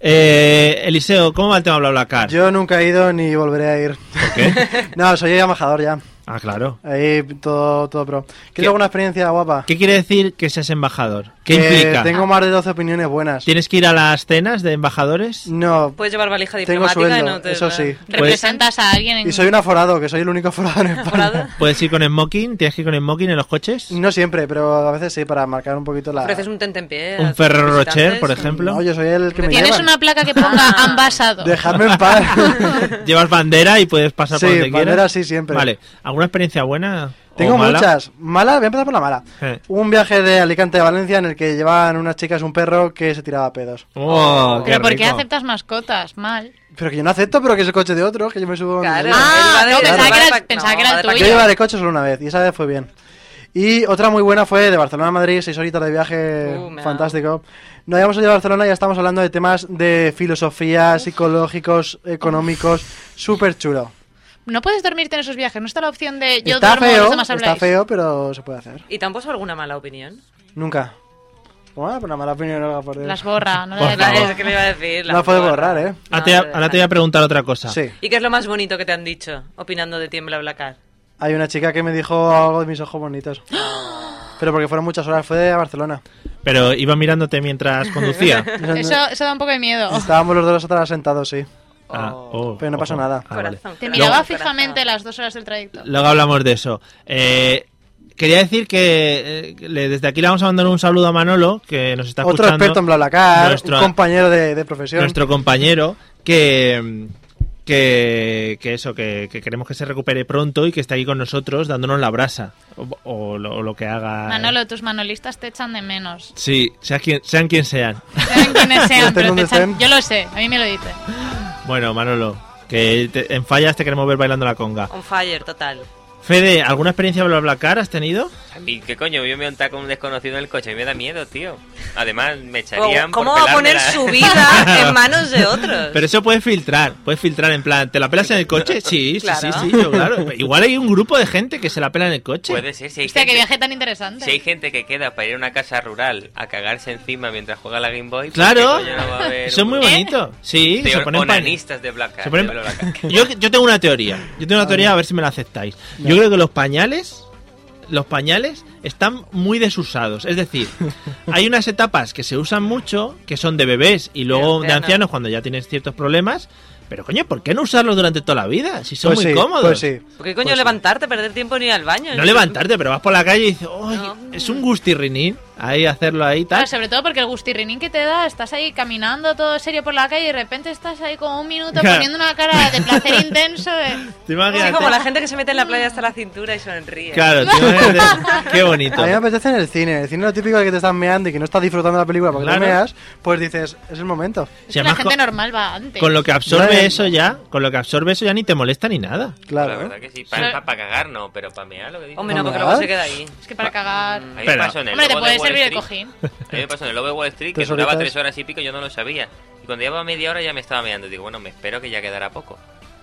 Eliseo, ¿cómo va el tema BlaBlaCar? Yo nunca he ido ni volveré a ir. ¿Por qué? No, soy embajador ya. Ah, claro. Ahí todo pro. ¿Qué? ¿Quieres alguna experiencia guapa? ¿Qué quiere decir que seas embajador? ¿Qué Que implica? Tengo más de 12 opiniones buenas. ¿Tienes que ir a las cenas de embajadores? No, Puedes llevar valija tengo diplomática y sueldo, no te... eso sí. Representas a alguien en... Y soy un aforado, que soy el único aforado en España. ¿Forado? ¿Puedes ir con smoking? ¿Tienes que ir con smoking en los coches? No siempre, pero a veces sí, para marcar un poquito la... ¿Ofreces un tentempié? ¿Un a tus Ferrero Rocher, visitantes? por ejemplo? No, yo soy el que me Tienes llevan. una placa que ponga ambasado. Dejadme en paz. ¿Llevas bandera y puedes pasar por Sí, donde bandera quieras? sí, siempre. Vale. ¿Alguna experiencia buena? Tengo ¿O mala? muchas. Mala, voy a empezar por la mala. Un viaje de Alicante a Valencia en el que llevaban unas chicas un perro que se tiraba pedos. Oh, Pero ¿por qué rico. aceptas mascotas? Mal. Pero que yo no acepto, pero que es el coche de otro, que yo me subo... Claro. en el- Ah, él va no, de- pensaba va que de era- pa- pensaba que no, era va el de tuyo. Yo llevaré coche solo una vez, y esa vez fue bien. Y otra muy buena fue de Barcelona a Madrid, 6 horitas de viaje, Me fantástico. No habíamos ido a Barcelona y ya estamos hablando de temas de filosofía, psicológicos, económicos, súper chulo. No puedes dormirte en esos viajes. No está la opción de yo Está duermo, los feo, demás está habláis. feo, pero se puede hacer. ¿Y te han puesto alguna mala opinión? Nunca. Bueno, una mala opinión, no, por Dios. Las borra, no Por le favor. Es que le iba a decir. No la puedes borrar, ¿eh? Ahora te voy a preguntar otra cosa. Sí. ¿Y qué es lo más bonito que te han dicho opinando de ti en BlaBlaCar? Hay una chica que me dijo algo de mis ojos bonitos. Pero porque fueron muchas horas, fue a Barcelona. Pero iba mirándote mientras conducía. Eso da un poco de miedo. Estábamos los dos atrás sentados, sí. Pero no pasó ojo. nada. Ah, vale. Te miraba Luego- fijamente las 2 horas del trayecto. Luego hablamos de eso. Quería decir que desde aquí le vamos a mandar un saludo a Manolo, que nos está Otro escuchando. experto en BlaBlaCar, Nuestro- un compañero de profesión. Nuestro compañero, que eso, que queremos que se recupere pronto y que esté aquí con nosotros dándonos la brasa. O lo que haga. Manolo, tus manolistas te echan de menos. Sí, sean quien sean. Sean quienes sean, Estén pero donde te echan... estén. Yo lo sé, a mí me lo dicen. Bueno, Manolo, que en Fallas te queremos ver bailando la conga. On fire, total. Fede, ¿alguna experiencia BlaBlaCar has tenido? A mí, ¿qué coño? Yo me voy a montar con un desconocido en el coche. A mí me da miedo, tío. Además, me echarían ¿Cómo por va a poner pelármela. su vida en manos de otros? Pero eso puedes filtrar en plan, ¿te la pelas en el coche? Sí, Claro. sí, yo, claro. Igual hay un grupo de gente que se la pela en el coche. Puede ser, si hay, Hostia, qué gente, viaje tan interesante. si hay gente que queda para ir a una casa rural a cagarse encima mientras juega la Game Boy, pues Claro, ¿qué coño no va a haber eso es muy un- bonito. Sí, de se ponen onanistas de Black se ponen- Yo tengo una teoría. A ver si me la aceptáis. Yo creo que los pañales están muy desusados. Es decir, hay unas etapas que se usan mucho, que son de bebés y luego de ancianos cuando ya tienes ciertos problemas. Pero coño, ¿por qué no usarlos durante toda la vida? Si son Pues muy sí, cómodos. pues sí. ¿Por qué coño Pues sí. levantarte, perder tiempo ni ir al baño? No levantarte, pero vas por la calle y dices, "Ay, es un gustirrinín ahí hacerlo ahí tal." Claro, sobre todo porque el gustirrinín que te da, estás ahí caminando todo serio por la calle y de repente estás ahí como un minuto Claro. poniendo una cara de placer intenso. ¿Te imaginas? Sí, como la gente que se mete en la playa hasta la cintura y sonríe. Claro, te imaginas, qué bonito. A mí me apetece en el cine. En el cine lo típico de que te estás meando y que no estás disfrutando la película porque Claro. te meas, pues dices, es el momento. Es Si que la además gente normal va antes. con lo que absorbe Vale. eso ya ni te molesta ni nada. La Claro. verdad que sí. Para cagar no, pero para mear lo que dices. Hombre, no, porque ¿Verdad? luego se queda ahí. Es que para cagar... A mí Pero- me pasó en el Hombre, te Lobo puede de Wall servir de Street. cojín. A mí me pasó en el Lobo de Wall Street, que 3 duraba horitas. 3 horas y pico, yo no lo sabía. Y cuando llevaba media hora ya me estaba meando. Digo, bueno, me espero que ya quedará poco.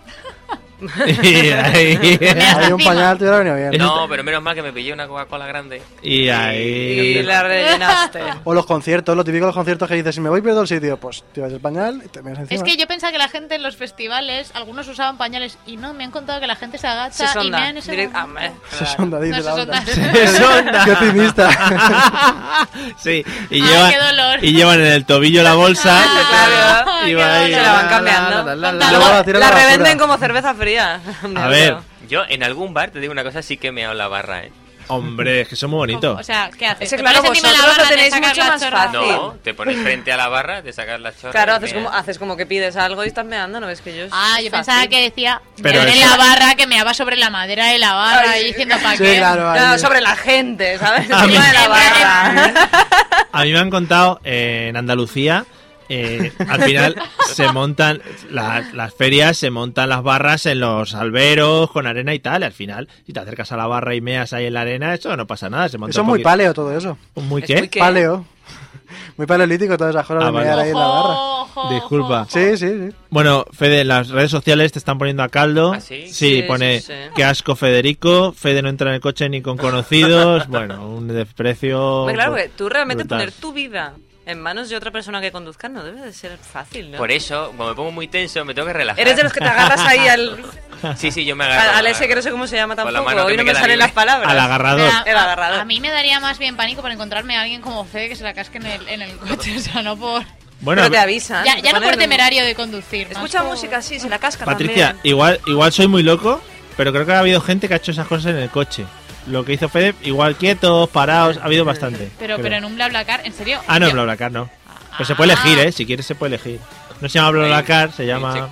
y ahí, Hay un pañal, te hubiera venido bien. No, pero menos mal que me pillé una Coca-Cola grande. y ahí. Y la rellenaste. O los conciertos, lo típico de los conciertos que dices, si me voy pierdo el sitio, pues te vas el pañal y te meas encima. Es que yo pensaba que la gente en los festivales, algunos usaban pañales y no, me han contado que la gente se agacha Se y sonda. mea en ese Direct- momento. Se sonda, dice No, la se onda. sonda. ¡Es onda! Qué optimista. Sí, y Ay, llevan, qué dolor. y llevan en el tobillo la bolsa. Claro. Ay, y qué va ahí, dolor. Se la van cambiando. Luego la tiran La a la basura. revenden como cerveza fría. A ver, Yo en algún bar, te digo una cosa, sí que me he la barra, ¿eh? hombre, es que son muy bonitos. O sea, ¿qué haces? Es que ¿Te claro, pones encima de la vosotros lo barra, te tenéis sacas mucho la más chorra? fácil. No, te pones frente a la barra, te sacas la chorra. Claro, y meas. haces como que pides algo y estás meando, ¿no ves que yo? Ah, yo pensaba que decía Pero en eso- la barra que meaba sobre la madera de la barra Ay, y diciendo para Sí, qué. claro. ahí. No, sobre la gente, ¿sabes? A mí- Encima de la barra. A mí me han contado en Andalucía, al final se montan las ferias, se montan las barras en los alberos con arena y tal. Y al final, si te acercas a la barra y meas ahí en la arena, eso no pasa nada. Se monta Eso es un muy poquito- paleo todo eso. ¿Muy Es qué? muy ¿Qué? Paleo. Muy paleolítico todas esas cosas de vale. mear ahí en la barra. Disculpa. Sí, sí, sí. Bueno, Fede, en las redes sociales te están poniendo a caldo. ¿Ah, sí? Sí, pone qué asco Federico, Fede no entra en el coche ni con conocidos. Bueno, un desprecio. Hombre, claro, que tú realmente brutal. poner tu vida en manos de otra persona que conduzca no debe de ser fácil, ¿no? Por eso, como me pongo muy tenso, me tengo que relajar. Eres de los que te agarras ahí al... Sí, yo me agarro. Al ese que no sé cómo se llama Con la tampoco, mano que hoy no me me queda salen libre. las palabras. Al agarrador. El agarrador. A mí me daría más bien pánico por encontrarme a alguien como Fede que se la casque en el coche, o sea, no por... Bueno, Pero te avisan. Ya te no ponen por en- temerario de conducir. más Escucha por- música, sí, se la casca Patricia, también. igual soy muy loco, pero creo que ha habido gente que ha hecho esas cosas en el coche. Lo que hizo Fede, igual quietos, parados, ha habido bastante. Pero en un BlaBlaCar, ¿en serio? Ah, no, Yo- BlaBlaCar no. Pero se puede elegir, ¿eh? Si quieres se puede elegir. No se llama BlaBlaCar, se llama...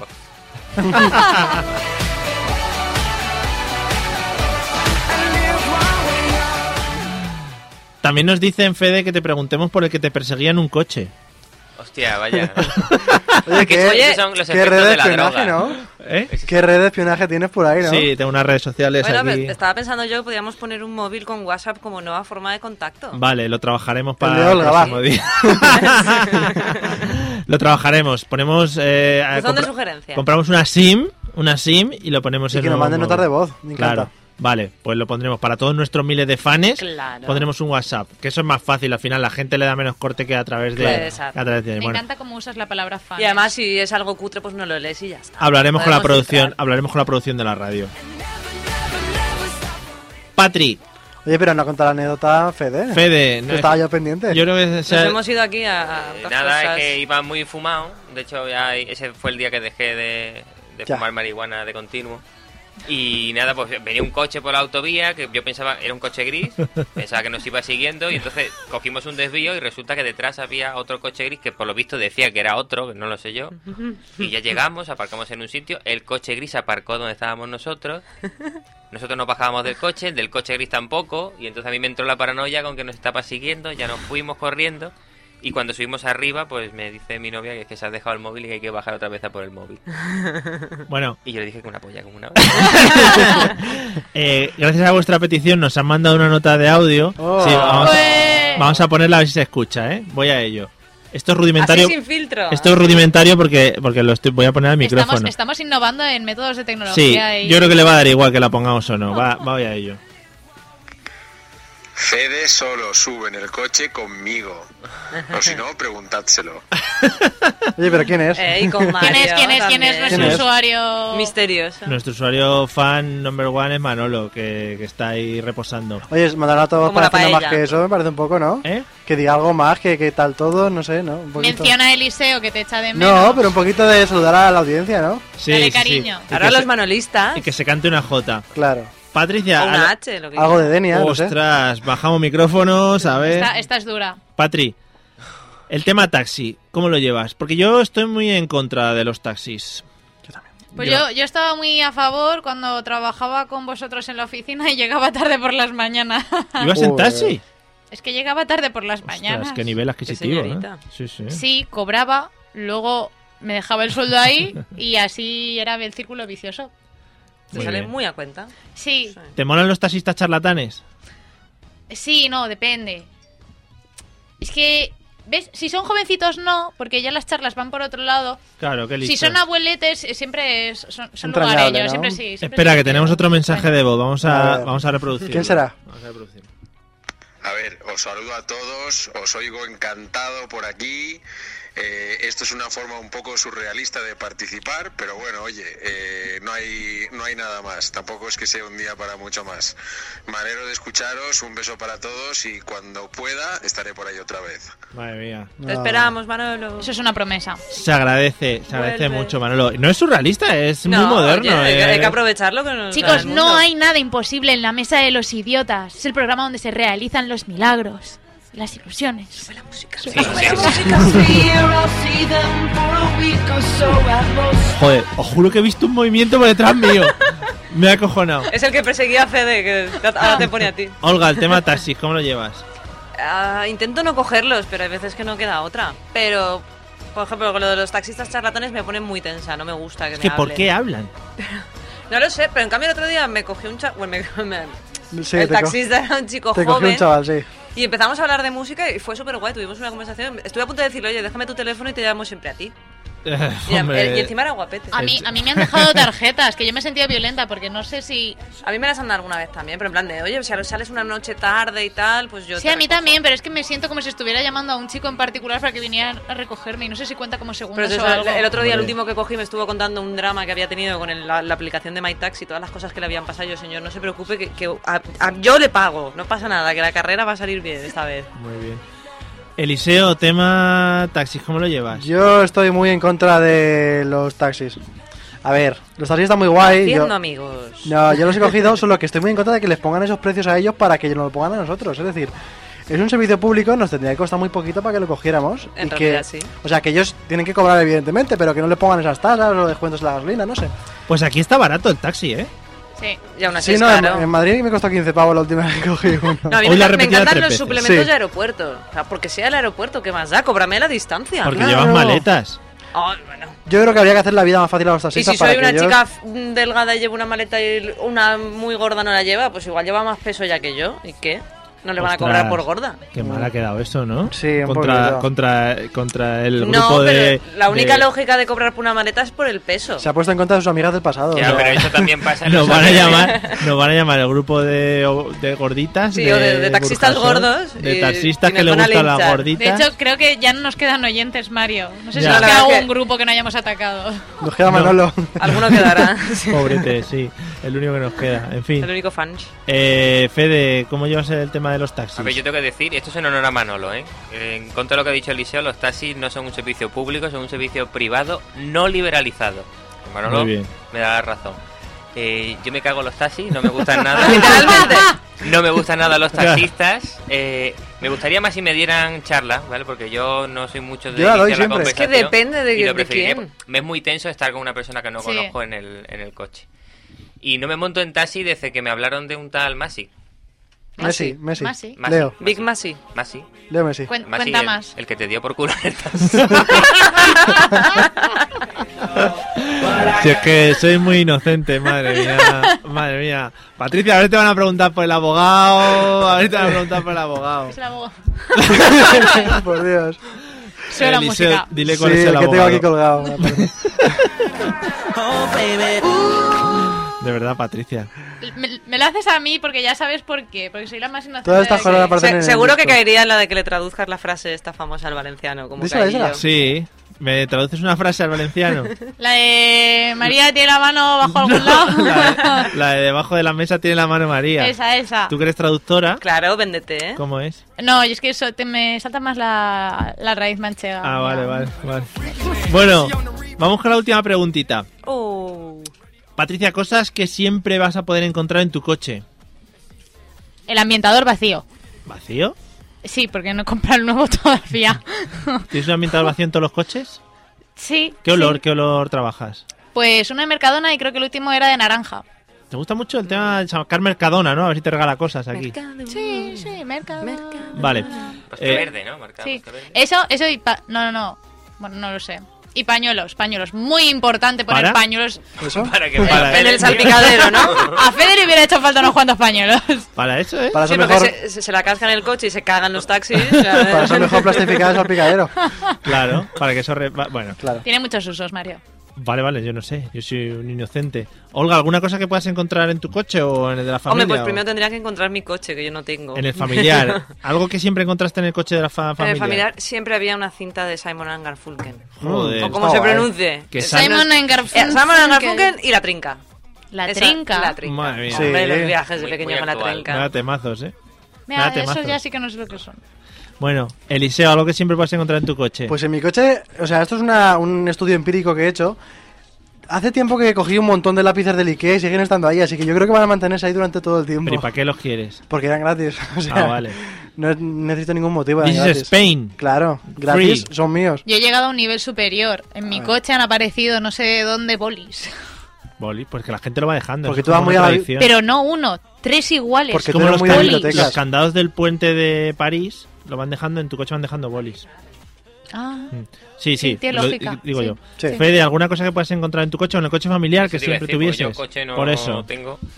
También nos dicen, Fede, que te preguntemos por el que te perseguía en un coche. Hostia, vaya. Oye, Esos son los qué efectos red de de la espionaje, droga. ¿no? ¿Eh? ¿Qué red de espionaje tienes por ahí, no? Sí, tengo unas redes sociales Bueno, aquí. pues estaba pensando yo que podíamos poner un móvil con WhatsApp como nueva forma de contacto. Vale, lo trabajaremos El para de Olga, el va. próximo día. Lo trabajaremos. Ponemos... Buzón de sugerencias. Compramos una SIM y lo ponemos Y en que nos un manden móvil. notas de voz, me encanta. Claro. Vale, pues lo pondremos para todos nuestros miles de fans. Claro. Pondremos un WhatsApp, que eso es más fácil. Al final la gente le da menos corte que a través de... Claro, exacto. a través de- Me bueno, encanta cómo usas la palabra fan. Y además, si es algo cutre, pues no lo lees y ya está. hablaremos con la Podemos producción, filtrar. hablaremos con la producción de la radio. Patri, Oye, pero no contar la anécdota, Fede. Fede, Que estaba yo pendiente. yo creo que Nos hemos ido aquí a otras Nada, cosas. es que iba muy fumado. De hecho, ya ese fue el día que dejé de Ya. fumar marihuana de continuo. Y nada, pues venía un coche por la autovía que yo pensaba era un coche gris, pensaba que nos iba siguiendo y entonces cogimos un desvío y resulta que detrás había otro coche gris que por lo visto decía que era otro, que no lo sé yo. Y ya llegamos, aparcamos en un sitio, el coche gris aparcó donde estábamos nosotros. Nosotros nos bajábamos del coche, el del coche gris tampoco, y entonces a mí me entró la paranoia con que nos estaba siguiendo, ya nos fuimos corriendo. Y cuando subimos arriba, pues me dice mi novia que es que se ha dejado el móvil y que hay que bajar otra vez a por el móvil. Bueno, Y yo le dije que una polla como una... gracias a vuestra petición nos han mandado una nota de audio. Oh. Sí, Ué. vamos a ponerla a ver si se escucha, ¿eh? Voy a ello. Esto es rudimentario. Así sin filtro. Esto es rudimentario porque voy a poner al micrófono. Estamos innovando en métodos de Sí, tecnología. y... yo creo que le va a dar igual que la pongamos o no. Voy a ello. Fede solo sube en el coche conmigo. O si no, preguntádselo. Oye, pero ¿quién es? Y con Mario ¿Quién es también. nuestro ¿Quién es? usuario? Misterioso. Nuestro usuario fan number one es Manolo, que está ahí reposando. Oye, mandar a todos Como para la hacer más paella. que eso, me parece un poco, ¿no? ¿Eh? Que diga algo más, que tal todo, no sé, ¿no? Un poquito. Menciona a Eliseo que te echa de menos. No, pero un poquito de saludar a la audiencia, ¿no? Sí, Dale sí, sí. cariño. Y Ahora que los se- manolistas. Y que se cante una J. Claro. Patricia, O una H, lo que Algo de quieras. Denia, no sé. ostras, bajamos micrófonos, a ver. Esta es dura. Patri, el tema taxi, ¿cómo lo llevas? Porque yo estoy muy en contra de los taxis. Pues yo estaba muy a favor cuando trabajaba con vosotros en la oficina y llegaba tarde por las mañanas. ¿Ibas en Joder. taxi? Es que llegaba tarde por las mañanas. Ostras, qué nivel adquisitivo, ¿eh? señorita. Sí, sí. Sí, cobraba, luego me dejaba el sueldo ahí y así era el círculo vicioso. Te Muy sale bien. muy a cuenta. Sí, ¿Te molan los taxistas charlatanes? sí, no, depende. Es que, ¿ves? Si son jovencitos no, porque ya las charlas van por otro lado. Claro, qué listo. Si son abueletes, siempre son Entrañable, lugareños, ¿no? siempre sí. siempre Espera, sí. que tenemos otro mensaje de voz. Vamos A a, ver. vamos a reproducirlo. ¿Quién será? Vamos a reproducirlo. A ver, os saludo a todos, os oigo encantado por aquí. Esto es una forma un poco surrealista de participar, pero bueno, oye, no hay nada más. Tampoco es que sea un día para mucho más. Me alegro de escucharos, un beso para todos y cuando pueda estaré por ahí otra vez. Madre mía. Te esperamos, Manolo. Eso es una promesa. Se agradece Vuelve. mucho, Manolo. No es surrealista, es muy No, moderno. oye, hay que aprovecharlo. Que nos da Chicos, el mundo. no hay nada imposible en la Mesa de los Idiotas. Es el programa donde se realizan los milagros, las ilusiones. Joder, os juro que he visto un movimiento por detrás mío. Me ha acojonado. Es el que perseguía a Fede, que ahora te pone a ti. Olga, el tema taxis, ¿cómo lo llevas? Intento no cogerlos, pero hay veces que no queda otra. Pero, por ejemplo, con lo de los taxistas charlatanes me pone muy tensa. No me gusta que Es me que ¿por hablen. qué hablan? No lo sé, pero en cambio el otro día me cogió un chaval. Sí, el te co- taxista era un chico Te cogí joven. un chaval, sí. Y empezamos a hablar de música y fue súper guay, tuvimos una conversación. Estuve a punto de decirle, oye, déjame tu teléfono y te llamo siempre a ti. Y encima era guapete. A mí me han dejado tarjetas, que yo me he sentido violenta porque no sé si... A mí me las han dado alguna vez también, pero en plan de, oye, si sales una noche tarde y tal, pues yo Sí, te a mí recojo. también, pero es que me siento como si estuviera llamando a un chico en particular para que viniera a recogerme y no sé si cuenta como segundos Pero o algo. el otro día, el Hombre. último que cogí, me estuvo contando un drama que había tenido con la aplicación de MyTaxi y todas las cosas que le habían pasado. Yo, señor, no se preocupe, que yo le pago, no pasa nada, que la carrera va a salir bien esta vez. Muy bien. Eliseo, tema taxis, ¿cómo lo llevas? Yo estoy muy en contra de los taxis. A ver, los taxis están muy guay. Haciendo amigos. No, yo los he cogido, solo que estoy muy en contra de que les pongan esos precios a ellos para que nos lo pongan a nosotros. Es decir, es un servicio público, nos tendría que costar muy poquito para que lo cogiéramos. En y realidad, que, sí. O sea, que ellos tienen que cobrar evidentemente, pero que no le pongan esas tasas o descuentos en la gasolina, no sé. Pues aquí está barato el taxi, ¿eh? Sí. Y aún así Sí, es no, caro. en Madrid me costó 15 pavos la última vez que cogí uno. No, a mí Hoy la me repetida encantan 3 los veces. suplementos Sí. de aeropuerto. O sea, porque sea el aeropuerto, ¿qué más da? Cóbrame la distancia. Porque claro. llevas maletas. Oh, bueno. Yo creo que habría que hacer la vida más fácil a los Y taxistas si para soy que una ellos... chica delgada y llevo una maleta y una muy gorda no la lleva, pues igual lleva más peso ya que yo. ¿Y qué? ¿No le van a Ostras, cobrar por gorda? Qué mal ha quedado eso, ¿no? Sí, un contra, poquito. contra el No, grupo de... pero la única de- lógica de cobrar por una maleta es por el peso. Se ha puesto en contra de sus amigas del pasado. Ya, o sea, pero eso también pasa en Nos los van a aviones. llamar el grupo de gorditas. Sí, o de taxistas Burjasot, gordos De y- taxistas y que nos le van a gustan las linchar. De gorditas. hecho, creo que ya no nos quedan oyentes, Mario. No sé si Ya. nos La queda verdad algún que- grupo que no hayamos atacado. Nos queda Manolo. Alguno quedará. Pobrete, sí. El único que nos queda. En fin. El único fan. Fede, ¿cómo llevas el tema de los taxis? A ver, yo tengo que decir, esto es en honor a Manolo, ¿eh? En contra de lo que ha dicho Eliseo, los taxis no son un servicio público, son un servicio privado no liberalizado. Manolo Muy bien. me da la razón. Yo me cago en los taxis, no me gustan nada. Literalmente. No me gustan nada los taxistas. Me gustaría más si me dieran charlas, ¿vale? Porque yo no soy mucho de Yo la doy iniciar la siempre. Es que conversación depende de y lo de preferiría. quién. Me es muy tenso estar con una persona que no Sí. conozco en el coche. Y no me monto en taxi desde que me hablaron de un tal Masi. Messi. Masi. Leo. Big Masi. Masi. Leo Messi. Masi, Cuenta el, más. el que te dio por culo en el taxi. Si es que soy muy inocente, madre mía. Madre mía. Patricia, a ver te van a preguntar por el abogado. A ver te van a preguntar por el abogado. Es el abogado. Por Dios. Suena la Eliseo, música. dile Sí, cuál es el el que tengo abogado. aquí colgado. De verdad, Patricia. Me lo haces a mí porque ya sabes por qué. Porque soy la más inocente. Todas estas de cosas aquí. aparte- en el Seguro que disco. caería en la de que le traduzcas la frase esta famosa al valenciano. Como Dísela, caí yo. dísela. Sí. ¿Me traduces una frase al valenciano? La de María tiene la mano bajo algún lado. La de debajo de la mesa tiene la mano María. Esa. ¿Tú que eres traductora? Claro, véndete, ¿eh? ¿Cómo es? No, y es que eso me salta más la raíz manchega. Ah, vale. Bueno, vamos con la última preguntita. Patricia, cosas que siempre vas a poder encontrar en tu coche. El ambientador vacío. ¿Vacío? Sí, porque no he comprado el nuevo todavía. ¿Tienes un ambientador vacío en todos los coches? Sí. ¿Qué olor, sí. qué olor trabajas? Pues uno de Mercadona y creo que el último era de naranja. ¿Te gusta mucho el tema de sacar Mercadona, no? A ver si te regala cosas aquí. Sí, Mercadona. Vale. Bosque verde, ¿no? Marcado Sí. bosque verde. Eso y... No. Bueno, no lo sé. Y pañuelos. Muy importante poner ¿Para? pañulos. ¿Eso? Para que Para- En el salpicadero, ¿no? A Fede le hubiera hecho falta unos cuantos pañuelos. Para eso, ¿eh? Para Sí, eso porque mejor, se la cascan en el coche y se cagan los taxis. para eso mejor plastificar el salpicadero. Claro, para que eso... Bueno, Claro. Tiene muchos usos, Mario. vale, yo no sé. Yo soy un inocente. Olga, ¿alguna cosa que puedas encontrar en tu coche o en el de la familia? Hombre, pues o primero tendría que encontrar mi coche, que yo no tengo. en el familiar. ¿Algo que siempre encontraste en el coche de la En familia? el familiar siempre había una cinta de Simon & Garfunkel. Joder. O como está se guay. pronuncie. Que Simon & Garfunkel. Simon & Garfunkel y La Trinca. La Esa- trinca. La Trinca. Madre mía. Hombre, Sí. los viajes de Muy- pequeño muy con La actual. Trinca. Nada temazos, ¿eh? Mira, Nada esos temazos. ya sí que no sé lo que son. Bueno, Eliseo, algo que siempre puedes encontrar en tu coche. Pues en mi coche, o sea, esto es un estudio empírico que he hecho. Hace tiempo que cogí un montón de lápices del Ikea y siguen estando ahí, así que yo creo que van a mantenerse ahí durante todo el tiempo. ¿Pero y para qué los quieres? Porque eran gratis. O sea, Ah, vale. No necesito ningún motivo. This eran is gratis. Spain. Claro, gratis, Free. son míos. Yo he llegado a un nivel superior. En mi coche han aparecido no sé de dónde bolis. Boli, pues que la gente lo va dejando. Porque es tú vas como muy una a la- tradición. Pero no uno, 3 iguales. Porque Es como tú eres los, muy de bolis. bibliotecas. los candados del puente de París lo van dejando, en tu coche van dejando bolis. Ah. Sí, Sí, tiene lo lógica, digo sí. yo. Sí. Fede, ¿alguna cosa que puedas enconrar en tu coche o en el coche familiar que Eso te iba a siempre decir, porque tuvieses? Yo coche no Por eso. tengo.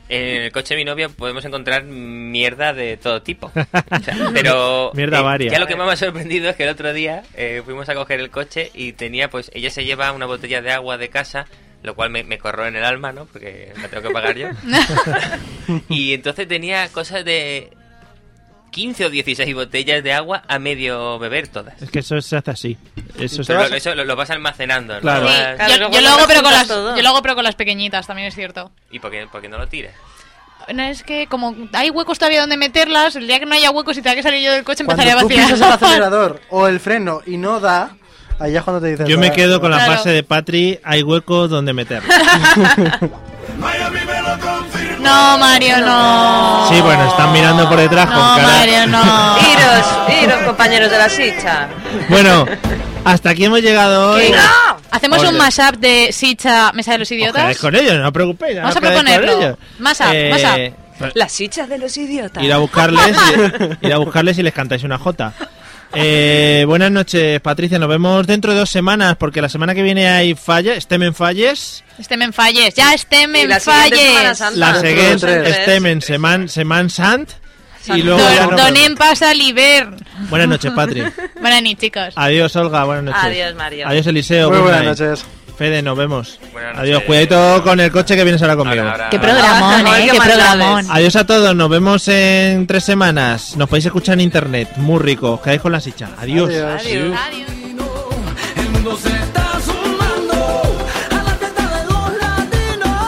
En el coche de mi novia podemos encontrar mierda de todo tipo. O sea, pero Mierda varia. ya lo que más me ha sorprendido es que el otro día fuimos a coger el coche y tenía, pues, ella se lleva una botella de agua de casa, lo cual me corroe en el alma, ¿no? Porque la tengo que pagar yo. Y entonces tenía cosas de 15 o 16 botellas de agua a medio beber todas. Es que eso se hace así. Eso lo vas almacenando, ¿no? Claro. Sí, Claro, yo lo hago, pero todo. yo lo hago, pero con las pequeñitas, también es cierto. ¿Y por qué no lo tiras? No, es que como hay huecos todavía donde meterlas, el día que no haya huecos y tenga que salir yo del coche, Cuando empezaría a tú vaciar. pisas el acelerador o el freno y no da, ahí es cuando te dicen... Yo me quedo con la Claro. frase de Patri, hay huecos donde meter. No, Mario, no. Sí, bueno, están mirando por detrás con No, cara... Mario, no. Iros, compañeros de la Sicha. Bueno, hasta aquí hemos llegado hoy. Hacemos Ole. un mashup de Sicha, Mesa de los Os Idiotas. quedáis con ellos, no os preocupéis. Vamos no a os quedáis con proponerlo. ellos. Mashup. Las Sichas de los idiotas. Ir a buscarles y les cantáis una jota. Buenas noches, Patricia. Nos vemos dentro de 2 semanas porque la semana que viene hay Estem Falles. Estem Falles. Ya Estem Y la siguiente Semana Falles. Santa. La siguiente tres. Estem Seman Sant. Y luego ya nos Donem vemos. pasa l'hivern. Buenas noches, Patri. Buenas noches, chicos. Adiós, Olga. Buenas noches. Adiós, Mario. Adiós, Eliseo. Muy good buenas night. noches. Fede, nos vemos. Buenas noches. Adiós. Cuidadito con el coche que vienes ahora conmigo. Qué programón, Ay, qué qué maldades. programón. Adiós a todos. Nos vemos en 3 semanas. Nos podéis escuchar en internet. Muy rico. Os quedáis con la Sicha. Adiós. Adiós. Adiós. Adiós. El mundo se está sumando a la fiesta de los latinos.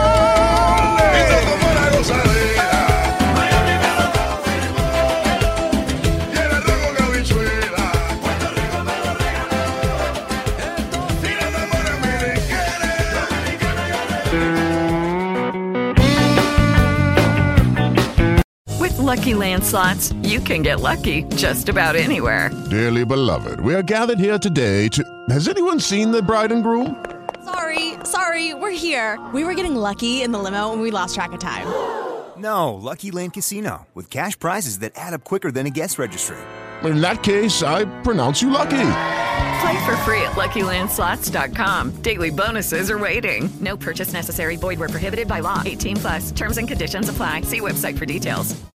With Lucky Land Slots, you can get lucky just about anywhere. Dearly beloved, we are gathered here today to... Has anyone seen the bride and groom? Sorry, we're here. We were getting lucky in the limo and we lost track of time. No, Lucky Land Casino, with cash prizes that add up quicker than a guest registry. In that case, I pronounce you lucky. Play for free at LuckyLandSlots.com. Daily bonuses are waiting. No purchase necessary. Void where prohibited by law. 18+. Terms and conditions apply. See website for details.